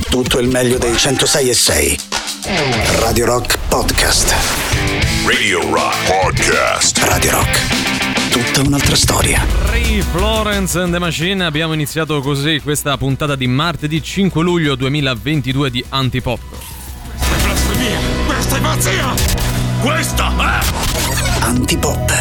tutto il meglio dei 106.6. Radio Rock Podcast. Radio Rock Podcast. Radio Rock, tutta un'altra storia. Ray Florence and the Machine. Abbiamo iniziato così questa puntata di martedì 5 luglio 2022 di Antipop. Questa è blasfemia! Questa è pazzia! Questa è Antipop.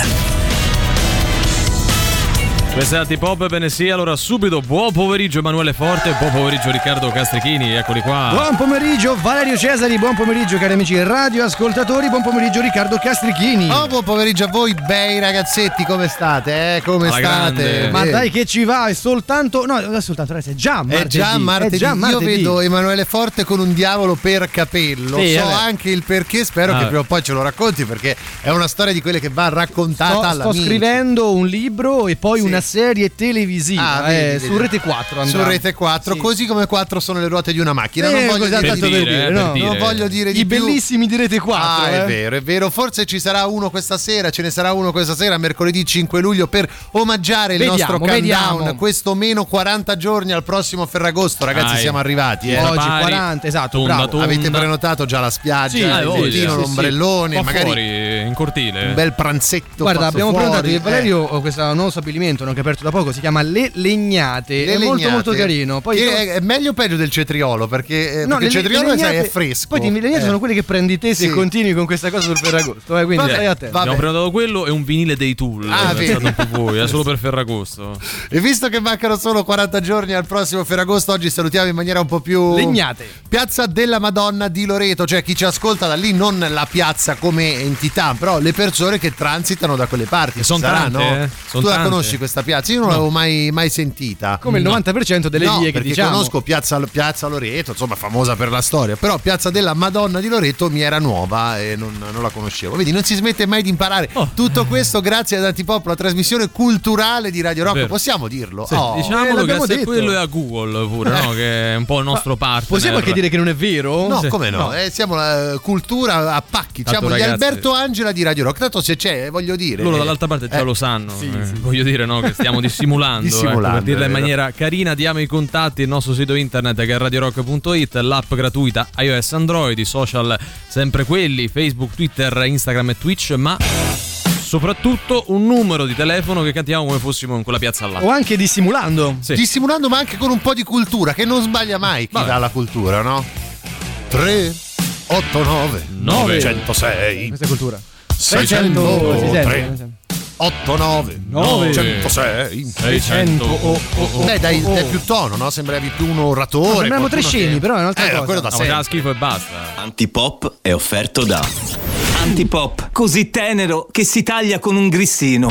Questa è Antipop, bene sì, allora subito buon pomeriggio Emanuele Forte, buon pomeriggio Riccardo Castrichini, eccoli qua. Buon pomeriggio Valerio Cesari, buon pomeriggio cari amici radioascoltatori, buon pomeriggio Riccardo Castrichini. Oh, buon pomeriggio a voi bei ragazzetti, come state? Come Alla state? grande. Ma dai che ci va, è soltanto, no, non è soltanto, ragazzi, è già martedì. Io vedo Emanuele Forte con un diavolo per capello. Sì, so vabbè. anche il perché, spero che prima o poi ce lo racconti, perché è una storia di quelle che va raccontata alla Sto scrivendo un libro e poi una serie televisiva vedi. su Rete 4 andrà. Su Rete 4, Sì. così come 4 sono le ruote di una macchina. Non voglio cos'è dire tanto di per più. dire, no? Non voglio dire di I più. bellissimi di Rete 4. È vero. Forse ci sarà uno questa sera, ce ne sarà uno questa sera, mercoledì 5 luglio, per omaggiare il nostro countdown. Vediamo. Questo meno 40 giorni al prossimo Ferragosto, ragazzi, siamo arrivati. Oggi Pari, 40, esatto, tonda, bravo. tonda. Avete prenotato già la spiaggia, Sì, il voglia. lettino, Sì, l'ombrellone, Qua magari fuori, in cortile. un bel pranzetto. Guarda, fatto abbiamo fuori. prenotato io e Valerio questo nuovo stabilimento che è aperto da poco, si chiama Le Legnate. Le è molto legnate, molto carino. Poi che è meglio o peggio del cetriolo, perché, No, perché il cetriolo legnate- è fresco. Poi le legnate sono quelle che prendi te se Sì. continui con questa cosa sul Ferragosto. Quindi Vabbè, stai attento. vabbè. Abbiamo prenotato quello e un vinile dei Tool. Ah, vedi. Pensate un po' voi, è solo per Ferragosto. E visto che mancano solo 40 giorni al prossimo Ferragosto, oggi salutiamo in maniera un po' più Legnate. Piazza della Madonna di Loreto, cioè chi ci ascolta da lì, non la piazza come entità, però le persone che transitano da quelle parti. Son saranno. tante, Tu son la tante. conosci questa piazza? Io non l'avevo mai sentita. Come il 90% delle No, vie che perché diciamo. conosco Piazza Loreto, insomma, famosa per la storia, però Piazza della Madonna di Loreto mi era nuova e non la conoscevo. Vedi, non si smette mai di imparare. Tutto questo grazie ad Antipop, la trasmissione culturale di Radio Rock. Vero. Possiamo dirlo? Sì, Oh. diciamolo l'abbiamo grazie a detto. quello e a Google pure, no? Che è un po' il nostro partner. Possiamo anche dire che non è vero? No, Sì. come no? No. Siamo la cultura a pacchi. Tanto, Siamo gli ragazzi, Alberto Angela di Radio Rock. Tanto se c'è, voglio dire. Loro dall'altra parte già lo sanno. sì. Voglio dire, no? Che stiamo dissimulando. Dissimulando, per dirla in è vero. maniera carina, diamo i contatti, il nostro sito internet che è radiorock.it, l'app gratuita iOS Android, i social sempre quelli, Facebook, Twitter, Instagram e Twitch, ma soprattutto un numero di telefono che cantiamo come fossimo in quella piazza là. O anche dissimulando. Sì. Dissimulando, ma anche con un po' di cultura, che non sbaglia mai chi Vabbè. dà la cultura, no? 3 8 9 9 106 Questa è cultura. 600 si 3 sente. 8 9 9 106 600. Beh, dai più tono, no? Sembravi più un oratore. Sembriamo tre qualcuno scemi, che- però è un'altra cosa. quello da No, faceva sempre. schifo e basta. Antipop è offerto da Antipop, così tenero che si taglia con un grissino.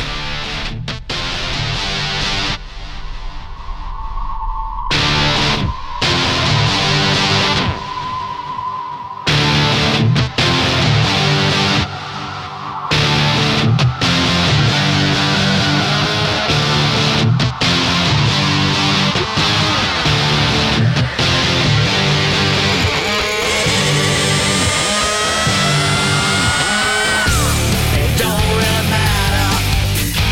Don't really matter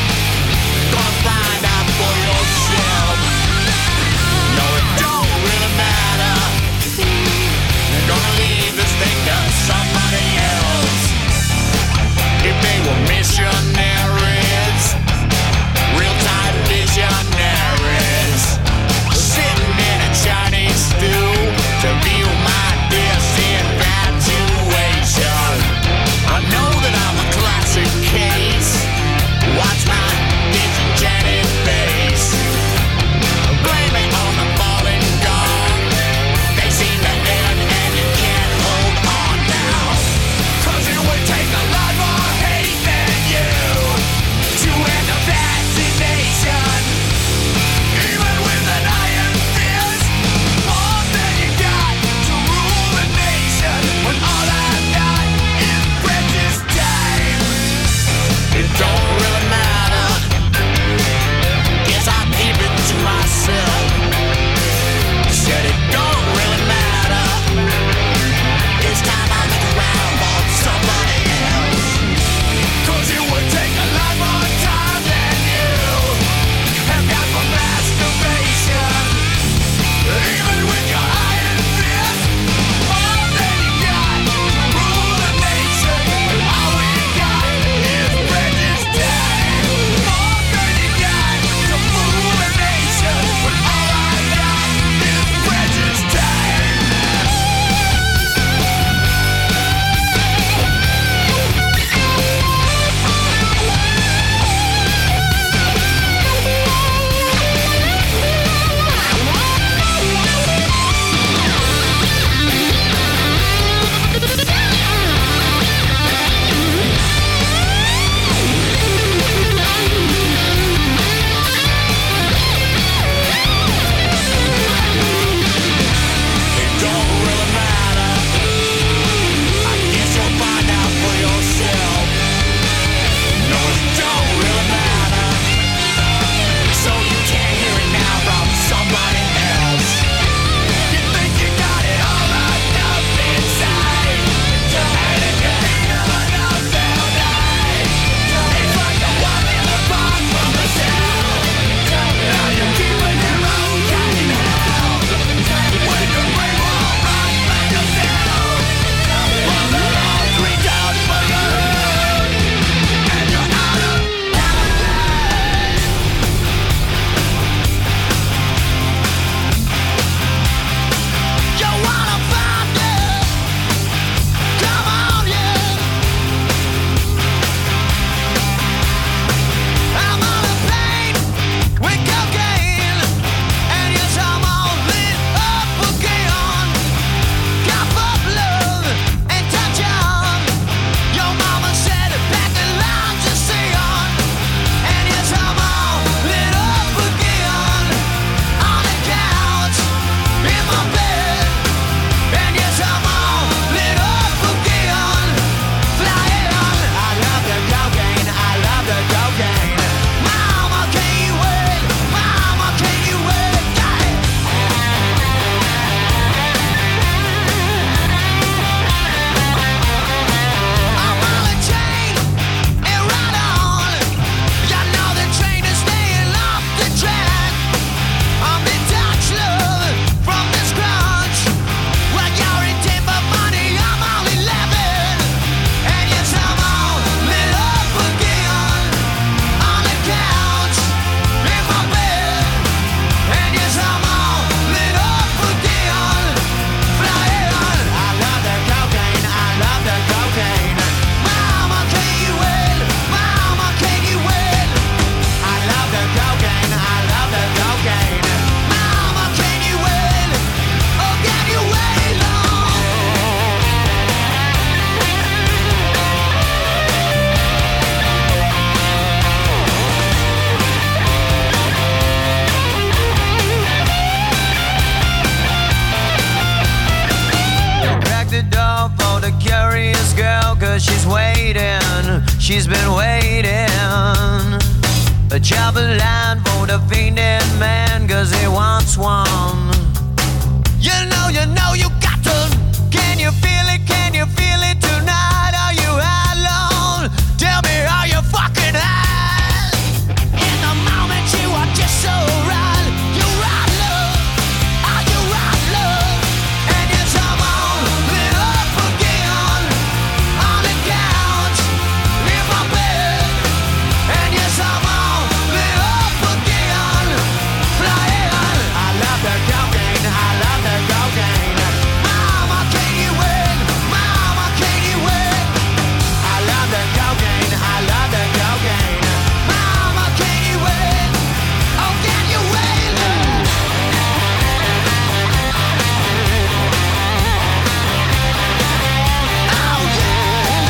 go, 'cause she's waiting, she's been waiting. A Javelin for the fiending man, 'cause he wants one. You know you got to. Can you feel it tonight? Are you alone? Tell me, are you fucking high? In the moment you are just so right. You right, love. Are you right, love? And you come on, live up again. On the couch, in my bed. And you come on, live up again. Flying. I love the cocaine, I love the cocaine. Mama, can you wait? Mama, can you wait? I love the cocaine, I love the cocaine. Mama, can you wait? Oh, can you wait? Oh, yeah.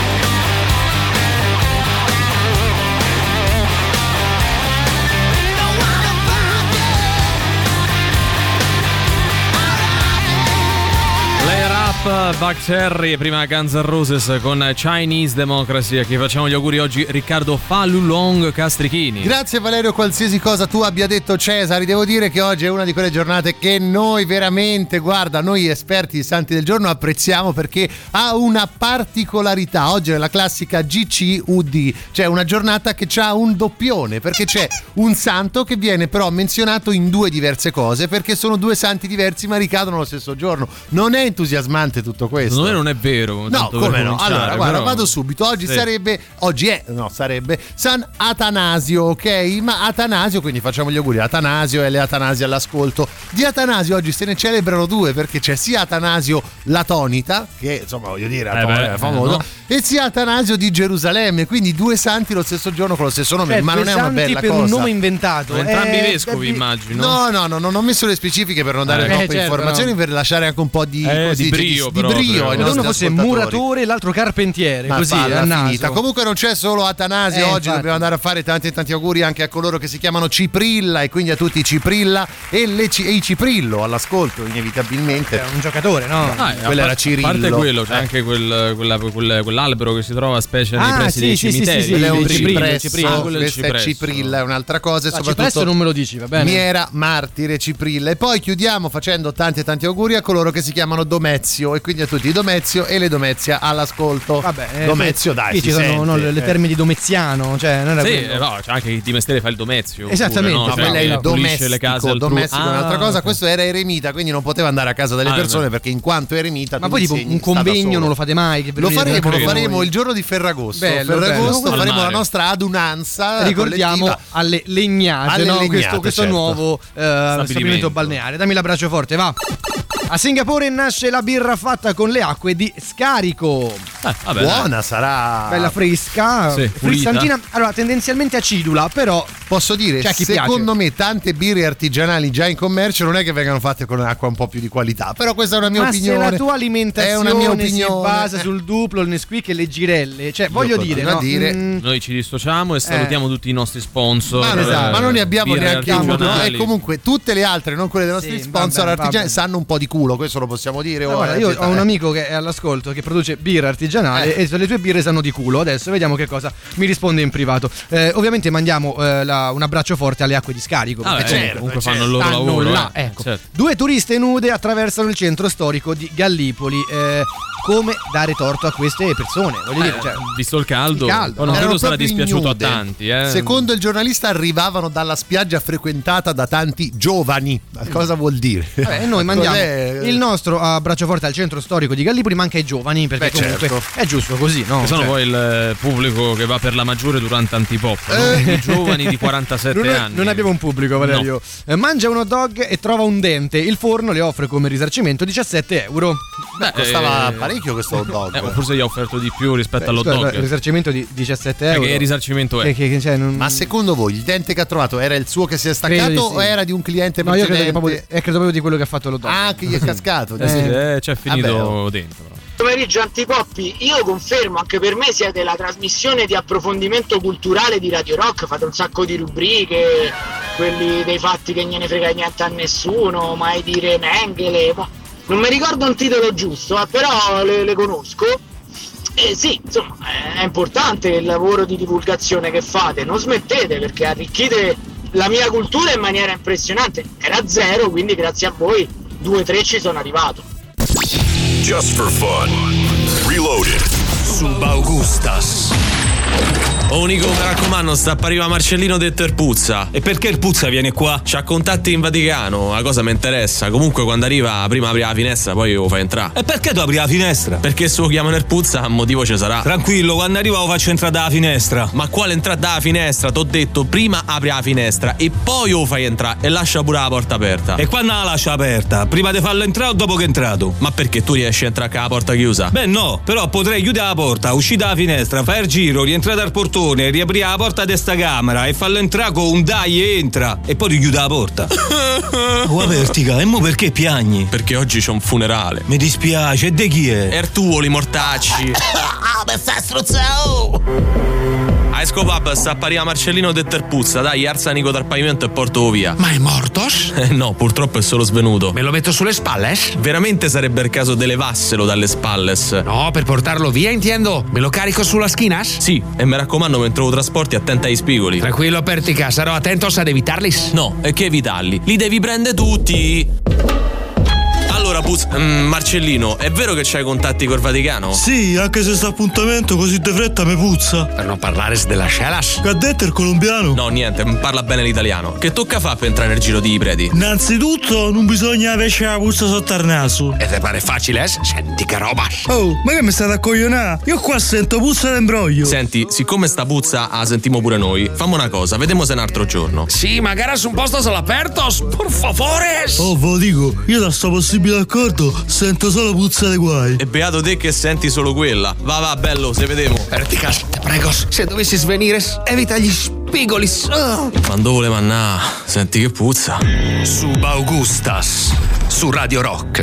Don't wanna find it. Layer Up, Buck Cherry, prima Guns N' Roses con Chinese Democracy. A chi facciamo gli auguri oggi Riccardo Falulong Castrichini. Grazie Valerio, qualsiasi cosa tu abbia detto Cesari, devo dire che oggi è una di quelle giornate che noi veramente, guarda, noi esperti di Santi del Giorno apprezziamo, perché ha una particolarità. Oggi è la classica GCUD, cioè una giornata che ha un doppione, perché c'è un santo che viene però menzionato in due diverse cose, perché sono due santi diversi ma ricadono lo stesso giorno. Non è entusiasmante tutto questo? Secondo me non è vero. No, come no? Allora, guarda, però... vado subito. Oggi sarebbe San Atanasio, ok? Ma Atanasio, quindi facciamo gli auguri a Atanasio e le Atanasi all'ascolto. Di Atanasio oggi se ne celebrano due, perché c'è sia Atanasio l'Atonita, che insomma voglio dire è famoso, no? E sia Atanasio di Gerusalemme, quindi due santi lo stesso giorno con lo stesso nome, ma non è una bella per cosa. un nome inventato. Entrambi vescovi, immagino. No, non ho messo le specifiche per non dare troppe informazioni, per lasciare anche un po' di brio, uno fosse muratore e l'altro carpentiere, ma così è finita. Comunque non c'è solo Atanasio oggi, infatti. Dobbiamo andare a fare tanti auguri anche a coloro che si chiamano Ciprilla, e quindi a tutti i Ciprilla e i Ciprillo all'ascolto inevitabilmente. È un giocatore, no? Quello era Cirillo. A parte quello, c'è anche quell'albero che si trova specie nei pressi dei cimiteri. Quello è un cipresso. Questo è Ciprilla, è un'altra cosa, e soprattutto cipresso non me lo dici, va bene? Miera, martire, Ciprilla. E poi chiudiamo facendo tanti auguri a coloro che si chiamano Domezio, e quindi a tutti i Domezio e le Domezia all'ascolto. Vabbè, Domezio, dai, ci sono le terme di Domeziano, cioè non era c'è anche chi di mestiere fa il Domezio. Esattamente, oppure, quello è il domestico. le case Domestico è un'altra cosa. Questo era eremita, quindi non poteva andare a casa delle persone, perché in quanto eremita. Ma poi tipo un convegno non lo fate mai? Che lo faremo il giorno di Ferragosto. Ferragosto faremo la nostra adunanza. Ricordiamo collettiva. alle legnate, no? Questo nuovo stabilimento balneare. Dammi l'abbraccio forte, va. A Singapore nasce la birra fatta con le acque di scarico. Buona sarà. Bella fresca, frizzantina. Allora, tendenzialmente acidula, però posso dire, secondo me tante birre artigianali già in commercio non è che vengano fatte con acqua un po' più di qualità, però questa è una mia opinione. Ma se la tua alimentazione si basa sul Duplo, il Nesquik e le girelle, cioè voglio dire, no? Noi ci dissociamo e salutiamo tutti i nostri sponsor. Ma non ne abbiamo neanche uno. E comunque tutte le altre, non quelle dei nostri sponsor artigiani, sanno un po' di culo, questo lo possiamo dire. Guarda, io ho un amico che è all'ascolto che produce birra artigianale e le tue birre sanno di culo. Adesso vediamo che cosa mi risponde in privato. Ovviamente mandiamo un abbraccio forte alle acque di scarico, comunque fanno il loro lavoro là, ecco. Due turiste nude attraversano il centro storico di Gallipoli. Come dare torto a queste persone? Voglio dire, visto il caldo, non credo sarà dispiaciuto a tanti. Secondo il giornalista arrivavano dalla spiaggia frequentata da tanti giovani. Cosa vuol dire? Noi mandiamo il nostro abbraccio forte al centro storico di Gallipoli, ma anche ai giovani, perché comunque è giusto così, no? Che sono poi il pubblico che va per la maggiore durante Antipop, no? I giovani di 47 anni. Non abbiamo un pubblico, Valerio. No. Mangia un hot dog e trova un dente. Il forno le offre come risarcimento 17 euro. Costava parecchio questo hot dog. Forse gli ha offerto di più rispetto all'hot dog. Il risarcimento di 17 euro. Che risarcimento è? Ma secondo voi il dente che ha trovato era il suo che si è staccato o era di un cliente precedente? Io credo proprio di quello che ha fatto l'hot dog. Che gli è cascato. C'è finito dentro. Pomeriggio Antipoppi, io confermo, anche per me siete la trasmissione di approfondimento culturale di Radio Rock, fate un sacco di rubriche, quelli dei fatti che gliene frega niente a nessuno, mai dire Mengele, non mi ricordo un titolo giusto, però le conosco sì, insomma, è importante il lavoro di divulgazione che fate, non smettete perché arricchite la mia cultura in maniera impressionante. Era 0, quindi grazie a voi 2-3 ci sono arrivato. Just for fun. Reloaded. Subaugustas. Oh Nico, mi raccomando, sta per arrivare Marcellino detto Erpuzza. E perché il Puzza viene qua? C'ha contatti in Vaticano, la cosa mi interessa. Comunque quando arriva prima apri la finestra, poi lo fa entrare. E perché tu apri la finestra? Perché se lo chiamano Erpuzza, un motivo ci sarà. Tranquillo, quando arriva lo faccio entrare dalla finestra. Ma quale entrata dalla finestra? T'ho detto prima apri la finestra e poi lo fai entrare e lascia pure la porta aperta. E quando la lascia aperta? Prima di farlo entrare o dopo che è entrato? Ma perché tu riesci a entrare con la porta chiusa? Beh no, però potrei chiudere la porta, uscire dalla finestra, fare il giro, rientrare dal portone, riaprire la porta di sta camera e farlo entrare con un dai e entra e poi richiude la porta. Oh, Vertica, e mo perché piagni? Perché oggi c'è un funerale. Mi dispiace, e di chi è? Ertuoli, mortacci. Ma sta strozzato! A Escopub sta a parire Marcellino detto Erpuzza, dai, arsenico dal pavimento e porto via. Ma è mortos? No, purtroppo è solo svenuto. Me lo metto sulle spalle? Veramente sarebbe il caso di levarselo dalle spalles. No, per portarlo via intendo. Me lo carico sulla schiena? Sì, e mi raccomando mentre lo trasporti attenta ai spigoli. Tranquillo, Pertica, sarò attento ad evitarli. No, e che evitarli? Li devi prendere tutti. Allora, Marcellino, è vero che c'hai contatti col Vaticano? Sì, anche se sta appuntamento così de fretta me puzza. Per non parlare della scelas. Che ha detto il colombiano? No, niente, parla bene l'italiano. Che tocca fa per entrare nel giro di preti? Innanzitutto non bisogna avere la puzza sotto al naso. E te pare facile? Senti che roba. Oh, ma che mi state a coglionare? Io qua sento puzza d'imbroglio. Senti, siccome sta puzza la sentiamo pure noi, fammo una cosa, vediamo se un altro giorno. Sì, magari su un posto all'aperto, por favore. Oh, ve lo dico, io da sto possibile accordo sento solo puzza di guai. E beato te che senti solo quella. Va, bello, se vedemo. Pertica, te prego, se dovessi svenire, evita gli spigoli. Quando vuole mannà, senti che puzza. Subaugustas, su Radio Rock.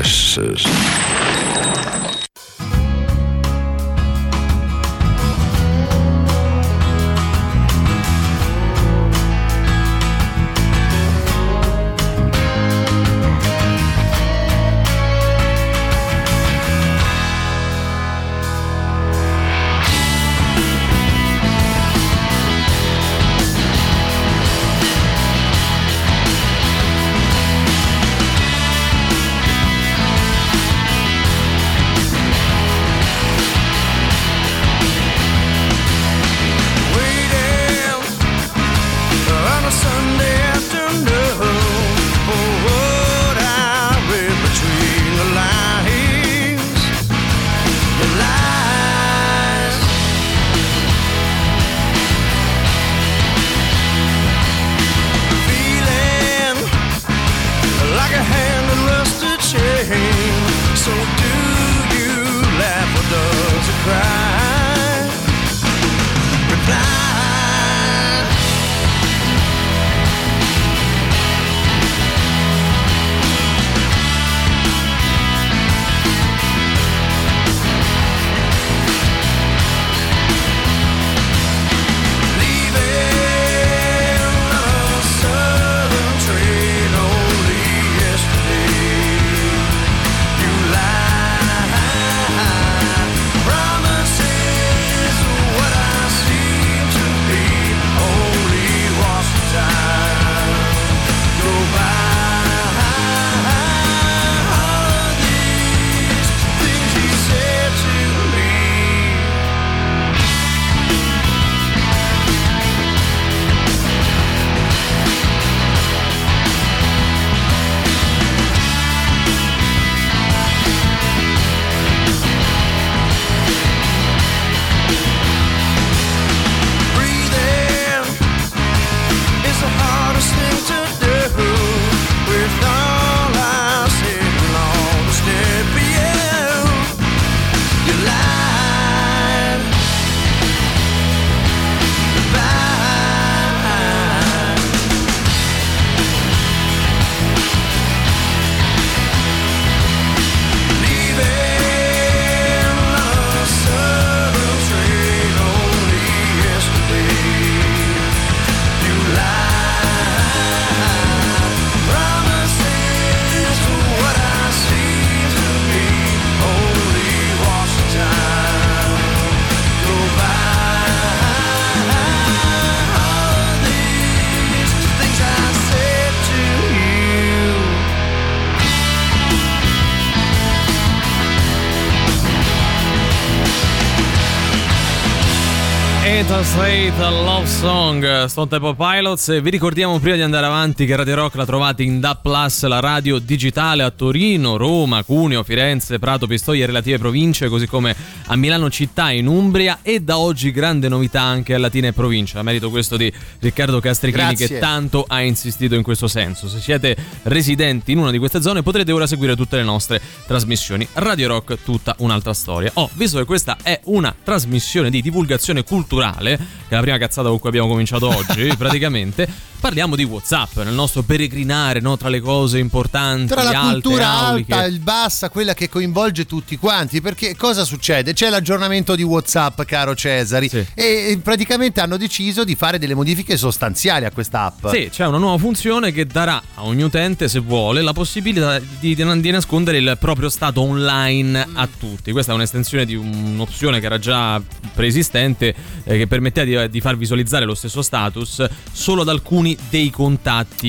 Interstate Love Song, Stone Temple Pilots. Vi ricordiamo prima di andare avanti che Radio Rock la trovate in DAB+, la radio digitale a Torino, Roma, Cuneo, Firenze, Prato, Pistoia e relative province, così come a Milano città in Umbria, e da oggi grande novità anche a Latina e provincia, a merito questo di Riccardo Castrichini. Grazie. Che tanto ha insistito in questo senso. Se siete residenti in una di queste zone potrete ora seguire tutte le nostre trasmissioni. Radio Rock, tutta un'altra storia. Visto che questa è una trasmissione di divulgazione culturale, che è la prima cazzata con cui abbiamo cominciato oggi, praticamente parliamo di WhatsApp nel nostro peregrinare, no, tra le cose importanti, tra la cultura auliche, alta e il bassa, quella che coinvolge tutti quanti. Perché cosa succede? C'è l'aggiornamento di WhatsApp, caro Cesari, sì. E praticamente hanno deciso di fare delle modifiche sostanziali a questa app. Sì, c'è una nuova funzione che darà a ogni utente, se vuole, la possibilità di nascondere il proprio stato online a tutti. Questa è un'estensione di un'opzione che era già preesistente, che permetteva di far visualizzare lo stesso status solo ad alcuni dei contatti,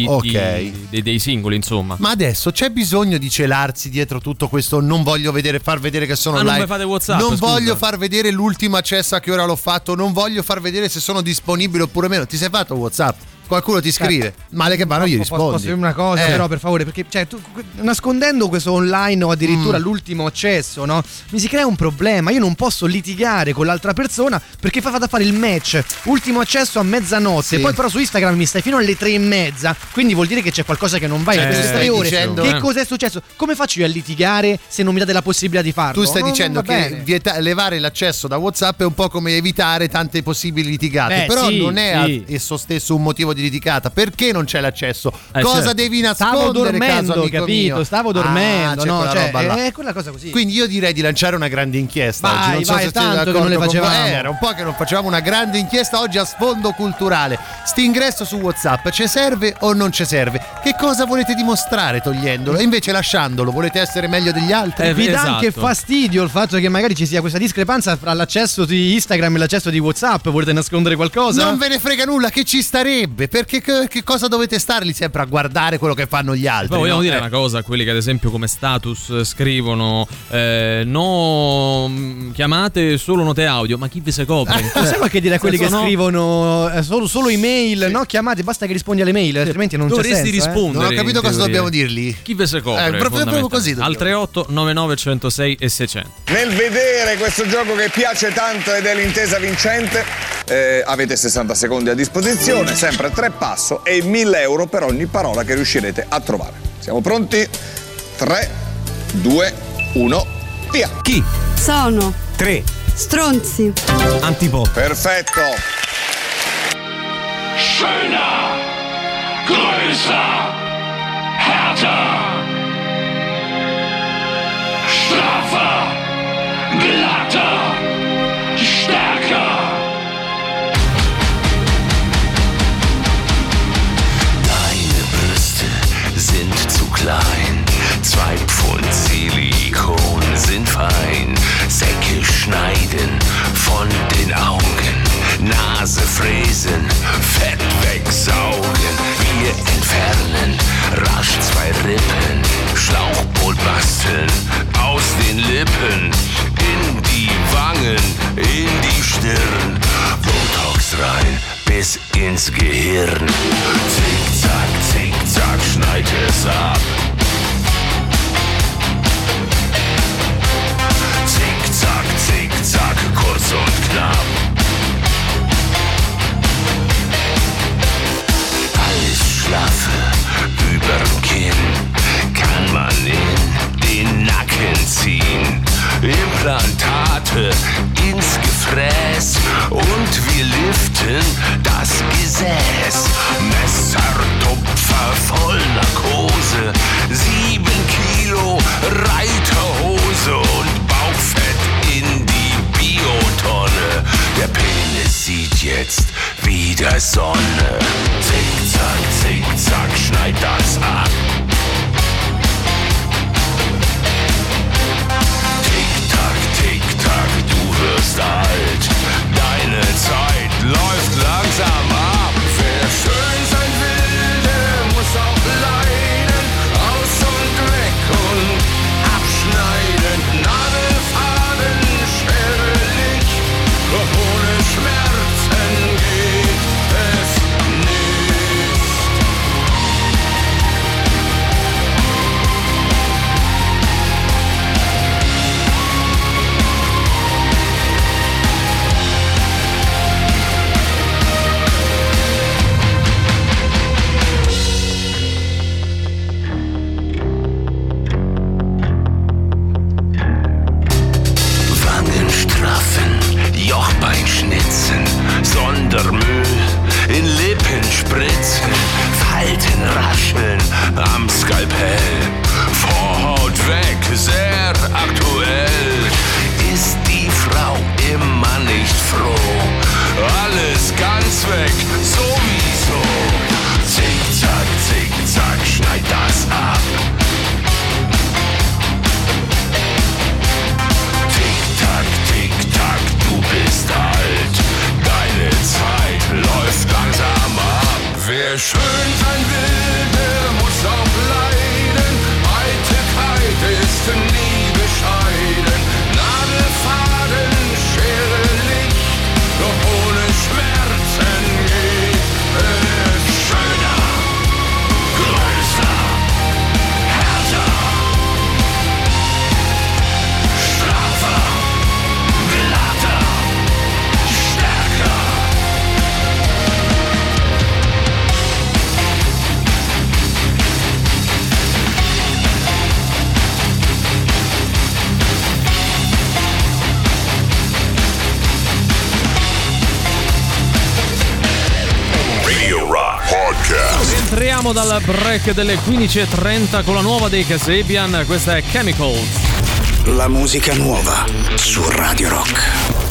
dei singoli, insomma. Ma adesso c'è bisogno di celarsi dietro tutto questo? Non voglio far vedere che sono online. Non mi fate WhatsApp, non scusa. voglio far vedere l'ultimo accesso, a che ora l'ho fatto. Non voglio far vedere se sono disponibile oppure meno. Ti sei fatto WhatsApp? Qualcuno ti scrive, male che vanno, gli rispondi. Posso dire una cosa, però, per favore, perché tu, nascondendo questo online o addirittura l'ultimo accesso, no, mi si crea un problema. Io non posso litigare con l'altra persona perché vado a fare il match ultimo accesso a mezzanotte, sì. Poi però su Instagram mi stai fino alle 3:30, quindi vuol dire che c'è qualcosa che non va in queste 3 ore. Dicendo, che cosa è successo? Come faccio io a litigare se non mi date la possibilità di farlo? Tu stai dicendo che levare l'accesso da WhatsApp è un po' come evitare tante possibili litigate, però sì, non è sì. esso stesso un motivo di litigata. Perché non c'è l'accesso? Cosa certo. devi nascondere? Stavo dormendo, caso amico capito? mio? Stavo dormendo, c'è no? quella roba là. È quella cosa così. Quindi io direi di lanciare una grande inchiesta oggi. Non so se siete tanto che d'accordo non le con me. facevamo. Era un po' che non facevamo una grande inchiesta oggi a sfondo culturale. Sti ingresso su WhatsApp ci serve o non ci serve? Che cosa volete dimostrare togliendolo? E invece lasciandolo volete essere meglio degli altri? Vi dà esatto. anche fastidio il fatto che magari ci sia questa discrepanza fra l'accesso di Instagram e l'accesso di WhatsApp? Volete nascondere qualcosa? Non ve ne frega nulla, che ci starebbe? Perché che cosa dovete starli sempre a guardare quello che fanno gli altri? Poi vogliamo no? dire una cosa a quelli che ad esempio come status scrivono no chiamate solo note audio, ma chi vi se copre? Non sai che dire a quelli che no? scrivono solo email, Sì. no, chiamate, basta che rispondi alle mail, altrimenti non c'è senso. Dovresti rispondere. Non ho capito in cosa teoria. dobbiamo dirgli. Chi ve se copre? Proprio così Al 38 99 106 e 600. Nel vedere questo gioco che piace tanto ed è l'intesa vincente, avete 60 secondi a disposizione, sempre 3 passo e 1.000 euro per ogni parola che riuscirete a trovare. Siamo pronti? 3, 2, 1, via! Chi? Sono 3. stronzi. Antipop. Perfetto! Schöner, größer, härter, straffer, glatter, stärker. Deine Brüste sind zu klein, 2 Pfund Silikon sind fein, Säcke schneiden von den Augen, Nase fräsen, Fett wegsaugen, wir entfernen rasch 2 Rippen, Schlauchboot basteln aus den Lippen, in die Wangen, in die Stirn, Botox rein bis ins Gehirn, zick, zack, schneid es ab. Zick, zack, kurz und knapp. Alles Schlaffe überm Kinn kann man in den Nacken ziehen. Implantate ins Gefräß und wir liften das Gesäß. Messertupfer voll Narkose, 7 Kilo Reiterhose und Bauchfett in die Biotonne. Der Penis sieht jetzt wieder Sonne. Zick, zack, schneid das ab. Tick, tack, du wirst alt. Deine Zeit läuft langsam ab. Wer schön sein will, der muss auch leiden. Aus und weg und abschneiden. Nadelfaden, schwerlich, doch ohne Schmerz Lippen spritzen, Falten rascheln am Skalpell. Vorhaut weg, sehr aktuell. Ist die Frau immer nicht froh? Alles ganz weg, sowieso. Zickzack, zickzack, schneid das ab. Tick-Tack, Tick-Tack, du bist alt. Deine Zeit läuft langsam ab. Wer schön sein will, der muss auch leiden. Eitelkeit ist nie bescheiden. Nadelfaden, Schere, Licht, doch ohne Schmerzen geht es schöner, größer, härter, straffer, glatter, stärker. Radio Rock Podcast. Entriamo dal break delle 15:30 con la nuova dei Kasabian, questa è Chemicals. La musica nuova su Radio Rock.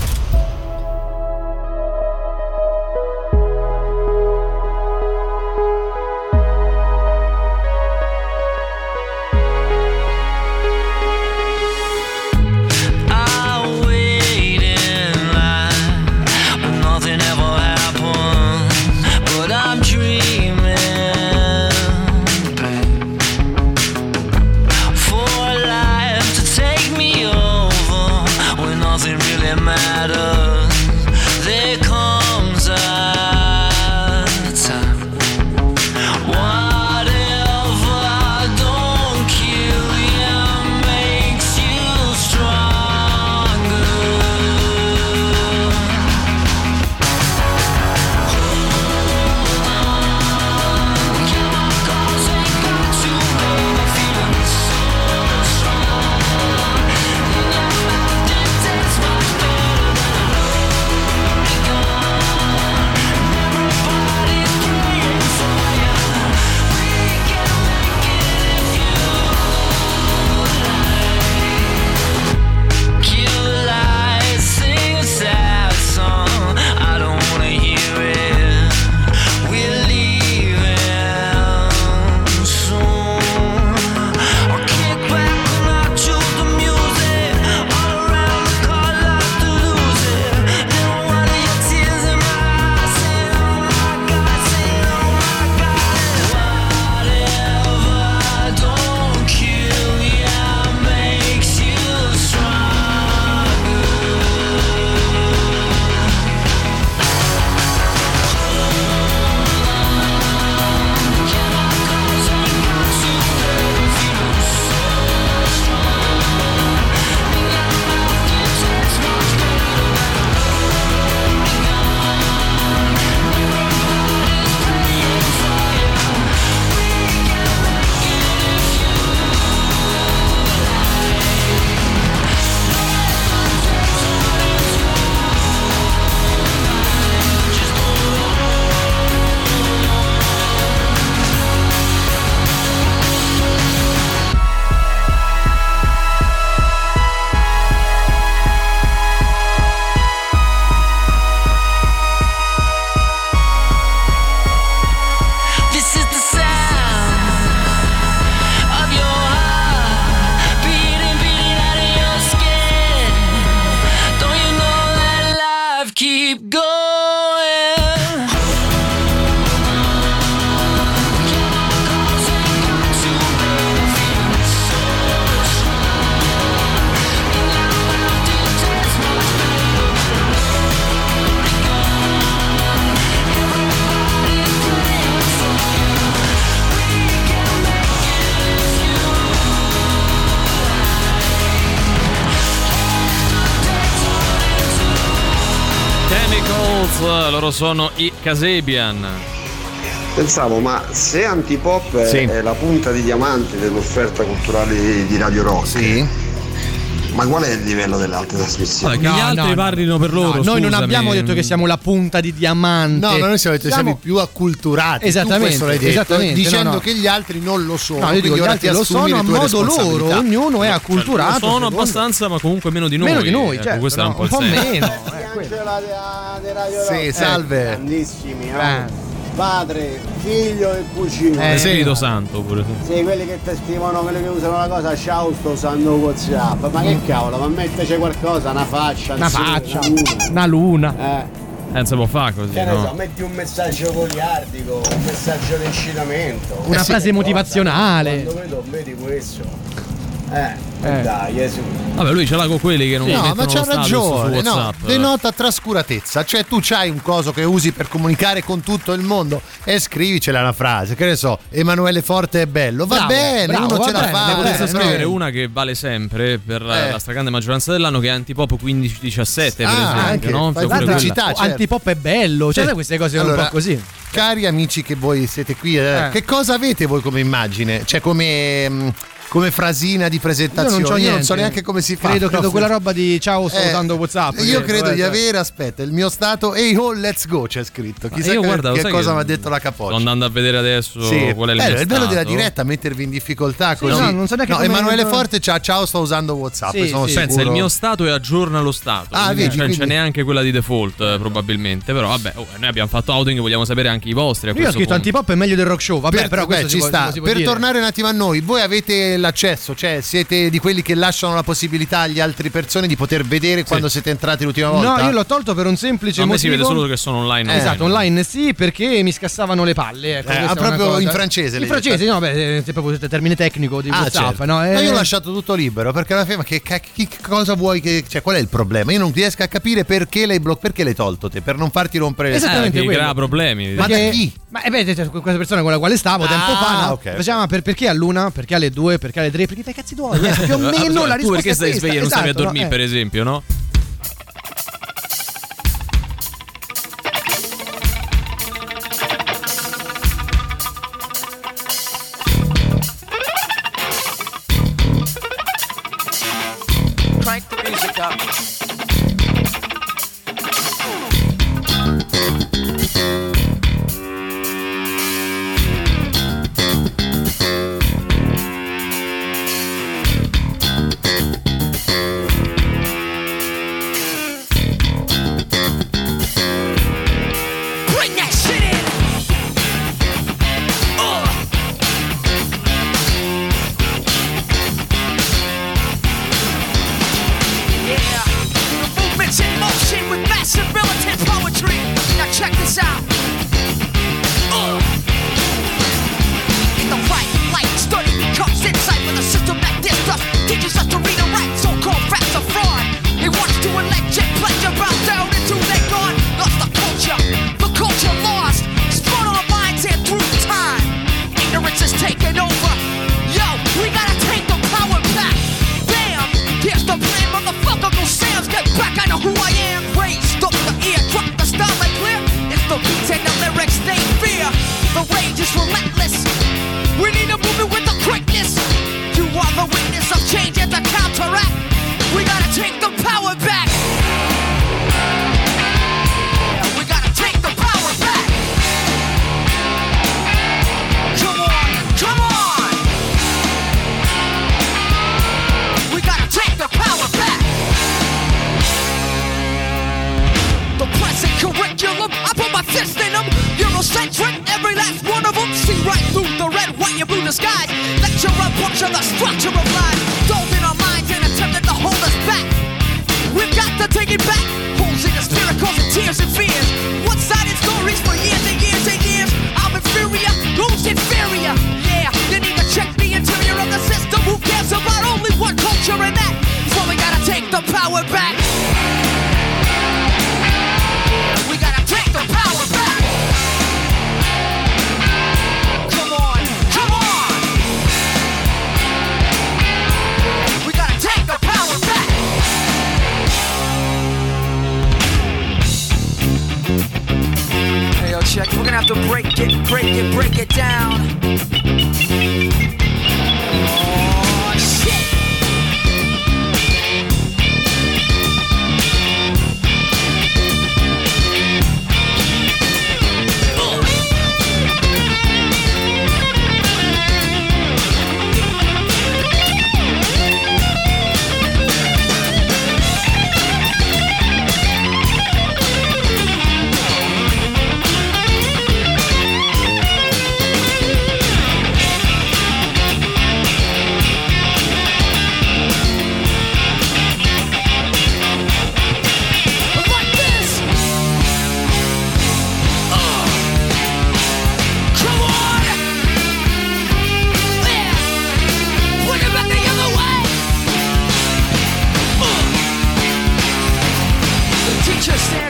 Loro sono i Kasabian. Pensavo, ma se Antipop sì, è la punta di diamante dell'offerta culturale di Radio Rock, sì, Ma qual è il livello delle altre trasmissioni? Che gli altri parlino per loro. Noi non scusami. abbiamo detto che siamo la punta di diamante. No, noi siamo i più acculturati. Esattamente, Tu questo l'hai detto, esattamente, dicendo no. che gli altri non lo sono. No, io dico, quindi gli ora altri ti lo assumi sono le a tue modo loro, responsabilità. ognuno è acculturato. Lo sono secondo- abbastanza, ma comunque meno di noi. Meno di noi, Ecco, certo, questo era un po' un il po' senso. meno. Sì, salve. Grandissimi, padre, figlio e cugino. Spirito Santo pure. Sì, quelli che ti scrivono, quelli che usano la cosa, ciao, sto usando WhatsApp. Ma che cavolo, ma metteci qualcosa, una faccia, una luna. Non si può fare così, Che ne so, no? metti un messaggio goliardico, un messaggio di incitamento. Una frase motivazionale. Quando vedo, vedi questo. Dai, su. Vabbè, lui ce l'ha con quelli che non No, mettono ma c'ha lo status ragione, su no, WhatsApp. denota trascuratezza, cioè tu c'hai un coso che usi per comunicare con tutto il mondo e scrivicela una frase, che ne so, Emanuele Forte è bello, va Bravo, bene, bravo, uno va ce la bene, fa. Ne potreste no. scrivere una che vale sempre per la stragrande maggioranza dell'anno, che è Antipop 15-17, per esempio, anche, no? fai Pure pubblicità, quella. certo. Antipop è bello, cioè sai queste cose sono Allora, un po' così. Cari amici che voi siete qui, che cosa avete voi come immagine? Cioè come frasina di presentazione? Io non c'ho non so niente. neanche come si fa. Credo proprio. quella roba di ciao, sto usando WhatsApp. Io credo di avere, aspetta, il mio stato, let's go c'è scritto. Chissà io guarda, che sai cosa che mi ha detto la Capoccia. Sto andando a vedere adesso qual è il mio È bello della stato. diretta, mettervi in difficoltà Sì, così. no, non so neanche come- Emanuele Forte ciao, sto usando WhatsApp. Sì, sono sì. sicuro. Pensa, il mio stato è aggiorna lo stato. Ah, quindi, vedi, cioè, non quindi- c'è neanche quella di default, probabilmente. Però vabbè, noi abbiamo fatto outing, vogliamo sapere anche i vostri. A Io ho questo scritto punto. Antipop è meglio del rock show, vabbè, però questo ci sta. si può Per dire. tornare un attimo a noi, voi avete l'accesso, cioè siete di quelli che lasciano la possibilità agli altre persone di poter vedere quando siete entrati l'ultima volta? No, io l'ho tolto per un semplice A me motivo. si vede solo che sono online. Esatto, online sì, perché mi scassavano le palle. Ecco, questa è una proprio cosa. in francese In l'hai francese, detto? no, beh, è proprio il termine tecnico di WhatsApp, certo. no? Ma io ho lasciato tutto libero perché alla fine, ma che cosa vuoi che. Cioè, qual è il problema? Io non riesco a capire perché perché l'hai tolto te? Per non farti rompere le Esattamente che quello. crea problemi. Ma da chi? Ma cioè, questa persona con la quale stavo tempo fa, no? ok. Faceva, ma perché all'una? Perché alle 2? Perché alle 3? Perché fai cazzi tuoi? Più o meno la risposta Tu perché è stai questa. sveglia e non stavi a Esatto, dormire, no? per esempio, no? Crank the music up. Bring that shit in. Yeah, the movement's in motion with massive militant poetry. Now check this out. In the right light, study becomes insight when the system that dissed us teaches us to read and write. So-called facts are fraud. He wants to electric pleasure bound down into they gone. Lost the culture lost. Spun our minds here through time. Ignorance is taking over. Yo, we gotta take the power back. Bam! Here's the plan, motherfucker. Go Sam's, get back. I know who I am. Raised up the ear, drop the style and clear. It's the beats and the lyrics they fear. The rage is relentless. We need a movement with the quickness. You are the witness of change and the counteract. We gotta take the power back. Yeah, we gotta take the power back. Come on, come on. We gotta take the power back. The present curriculum, I put my fist in them. Eurocentric, every last one of them. See right through the red, white, and blue disguise. Lecture a puncture the structure of life. Dulled in our minds and attempted to hold us back. We've got to take it back. Holes in the spirit causing tears and fears. One-sided stories for years and years and years. I'm inferior, who's inferior? Yeah, you need to check the interior of the system. Who cares about only one culture and that? So we gotta take the power back. We gotta take the power back. Come on, come on. We gotta take the power back. Hey, yo, check. We're gonna have to break it down. Oh, shit.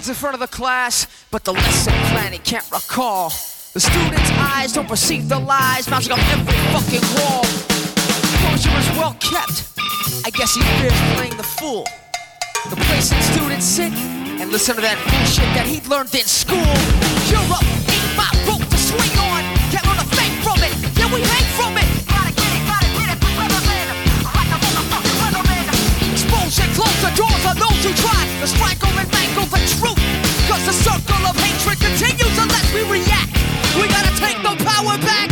stands in front of the class, but the lesson plan he can't recall. The students' eyes don't perceive the lies mounting up every fucking wall. Composure is well kept. I guess he fears playing the fool. The place that students sit and listen to that bullshit that he'd learned in school. You're up, ain't my rope to swing on. Can't learn a thing from it, yeah we hang from it. Gotta get it, weatherman. Like a motherfucking weatherman. Expose and close the doors on those who try to strangle and mangle the truth. Cause the circle of hatred continues unless we react. We gotta take the power back.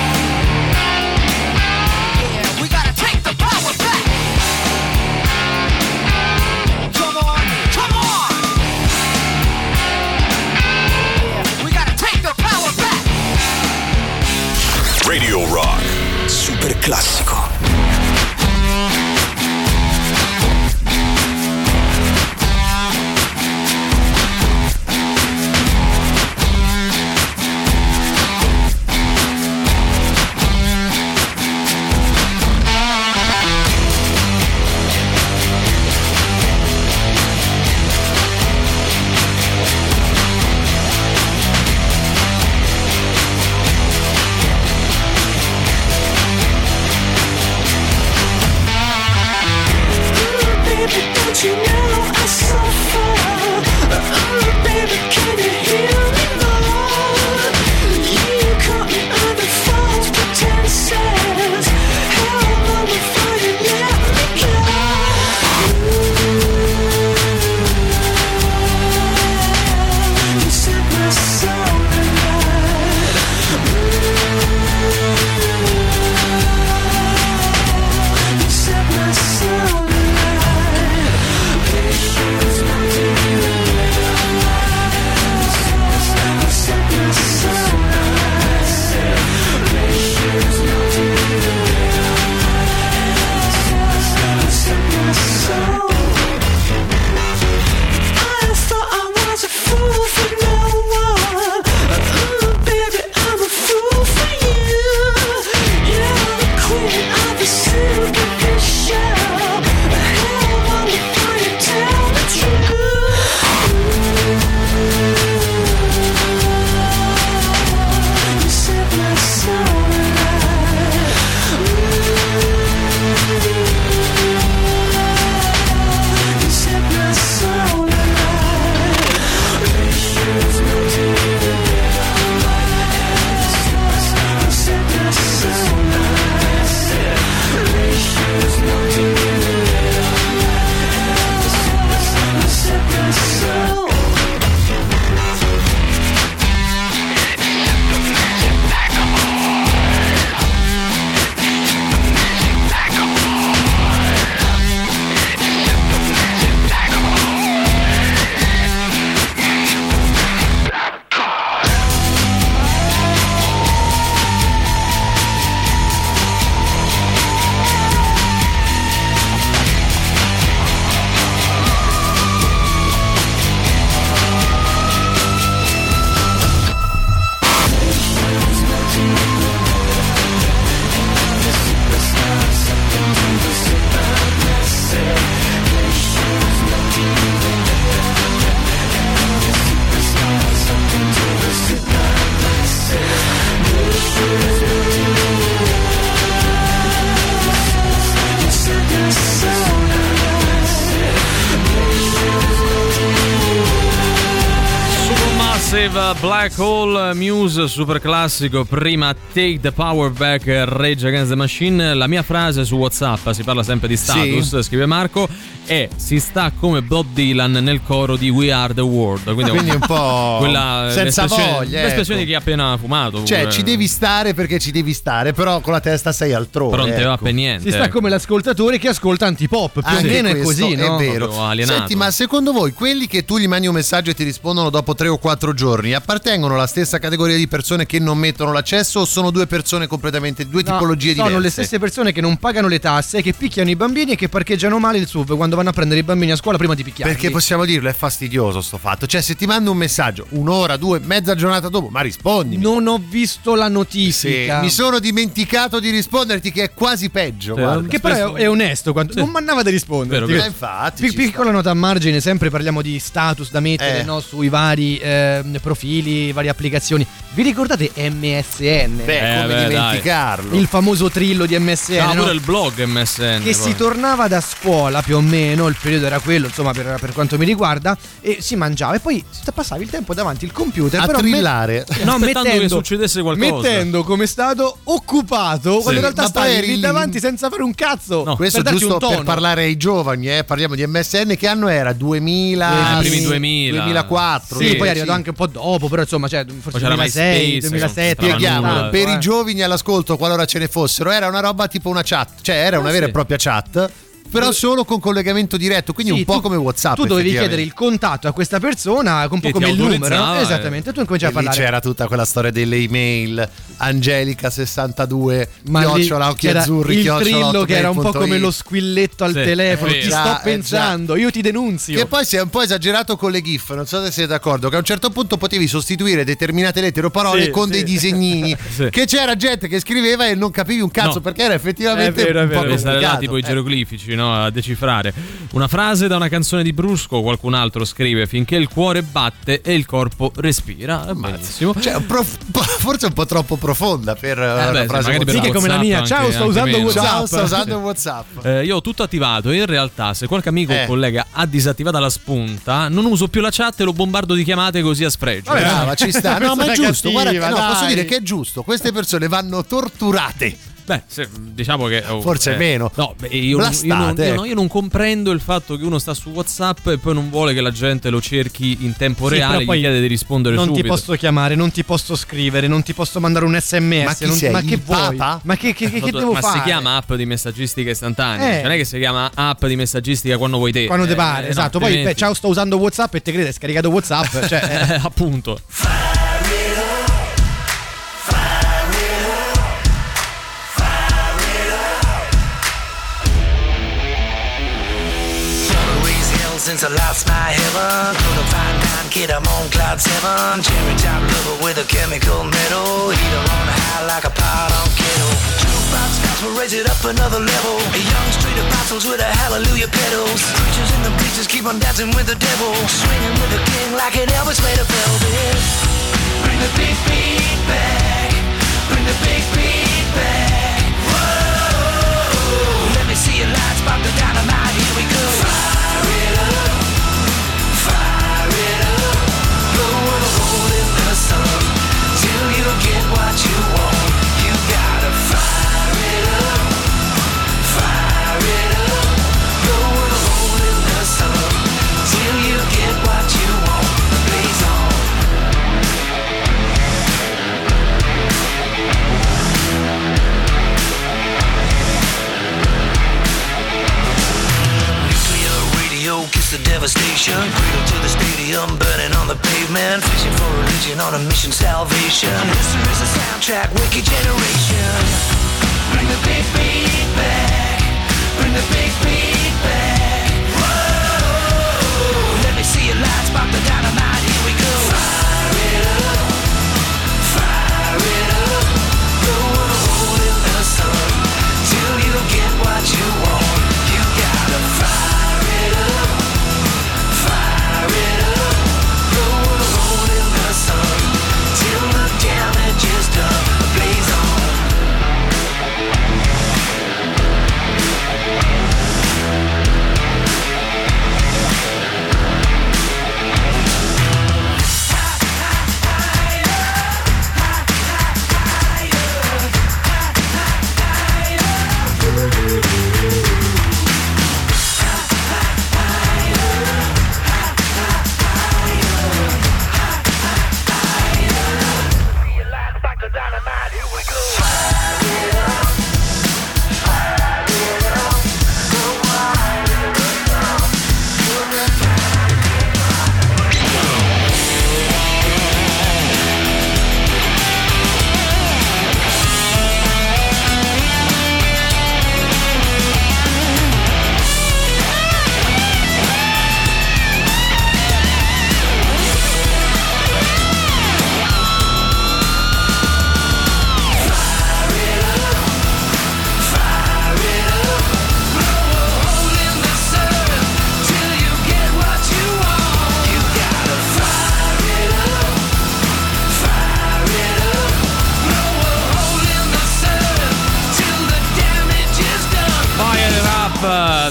Yeah, we gotta take the power back. Come on, come on. Yeah, we gotta take the power back. Radio Rock. Super classico. Don't you know I suffer? Oh, baby, can you hear me, Lord? You caught me under false pretenses. Hell on the fire, let me go. You set my soul alight. You set my soul alight. Black Hole Muse, super classico. Prima Take the Power Back, Rage Against the Machine. La mia frase su WhatsApp, si parla sempre di status, sì. Scrive Marco, e si sta come Bob Dylan nel coro di We Are the World. Quindi un po' quella senza voglia, l'espressione di chi ha appena fumato. Cioè pure. Ci devi stare perché ci devi stare, però con la testa sei altrove. Però non te va per niente. Si sta come l'ascoltatore che ascolta antipop, più o meno è così, no? È vero. Senti, ma secondo voi quelli che tu gli mandi un messaggio e ti rispondono dopo 3 o 4 giorni appartengono alla stessa categoria di persone che non mettono l'accesso, o sono due persone completamente, due tipologie diverse? Sono le stesse persone che non pagano le tasse, che picchiano i bambini e che parcheggiano male il SUV quando vanno a prendere i bambini a scuola prima di picchiarli. Perché possiamo dirlo, è fastidioso sto fatto. Cioè, se ti mando un messaggio un'ora, due, mezza giornata dopo, ma rispondi. Non ho visto la notifica. Sì, mi sono dimenticato di risponderti, che è quasi peggio. Guarda. Che però è onesto, non mannava di rispondere. Infatti. Piccola nota a margine, sempre parliamo di status da mettere sui vari profili, varie applicazioni. Vi ricordate MSN? Come dimenticarlo? Il famoso trillo di MSN. Pure il blog MSN. Che si tornava da scuola più o meno, il periodo era quello, insomma, per quanto mi riguarda, e si mangiava e poi passavi il tempo davanti al computer a però trillare, aspettando che succedesse qualcosa, mettendo come stato occupato, quando in realtà stavi lì davanti senza fare un cazzo. Questo per giusto per parlare ai giovani, parliamo di MSN. Che anno era? 2000, primi 2000, 2004. Sì, poi è arrivato anche un po' dopo, però insomma, cioè, forse 2006, 2007. Spieghiamolo per i giovani all'ascolto, qualora ce ne fossero. Era una roba tipo una chat, cioè era una vera e propria chat, però solo con collegamento diretto, quindi un po' come WhatsApp. Tu dovevi chiedere il contatto a questa persona, un po' come il numero. Esattamente, tu incominciavi a parlare. Lì c'era tutta quella storia delle email, Angelica62 chiocciola occhi azzurri, il trillo che era un po' come lo squilletto al telefono. Ti sto pensando, io ti denunzio. Che poi si è un po' esagerato con le GIF, non so se siete d'accordo, che a un certo punto potevi sostituire determinate lettere o parole con dei disegnini. Che c'era gente che scriveva e non capivi un cazzo, perché era effettivamente un po' complicato. Tipo i geroglifici, a decifrare una frase da una canzone di Brusco. Qualcun altro scrive: finché il cuore batte e il corpo respira. Benissimo. Cioè, forse un po' troppo profonda per una frase che come la mia. Ciao, sto usando WhatsApp. Ciao, sto usando WhatsApp. Io ho tutto attivato. In realtà, se qualche amico o collega ha disattivata la spunta, non uso più la chat e lo bombardo di chiamate così a sfregio. Brava, ci sta. No, ma è giusto. Cattiva, guarda, posso dire che è giusto. Queste persone vanno torturate. Beh, diciamo che forse meno. No, io non comprendo il fatto che uno sta su WhatsApp e poi non vuole che la gente lo cerchi in tempo reale, gli chiede di rispondere non subito. Non ti posso chiamare, non ti posso scrivere, non ti posso mandare un SMS. Ma chi sei? Ma che vuoi? Ma che devo fare? Ma si chiama app di messaggistica istantanea, non è che si chiama app di messaggistica quando vuoi te. Quando te pare, esatto. Poi ciao, sto usando WhatsApp e te crede, hai scaricato WhatsApp, cioè appunto. Since I lost my heaven, couldn't find time, kid, I'm on cloud 7. Cherry top lover with a chemical metal, heater on high like a pot on kettle. Jukebox gospel, raise it up another level. A young street apostles with a hallelujah pedals. Preachers in the bleachers keep on dancing with the devil, swinging with the king like an Elvis made of velvet. Bring the big beat back, bring the big beat back. Whoa, let me see your lights, spark the dynamite, here we go. Till you get what you want, you gotta fire it up, fire it up. Go and hold in the sun, till you get what you want, blaze on. Nuclear radio, kiss the devastation. Cradle to the stadium, burning on the pavement. Fishing for religion on a mission, salvation. History is a soundtrack, wicked generation. Bring the big beat back, bring the big beat back. Whoa, let me see your lights, spark the dynamite, here we go. Fire it up, fire it up. Go and hold in the sun, till you get what you want. You gotta fire it up, fire it up. Go and hold in the sun, till the damage is done. Blaze on.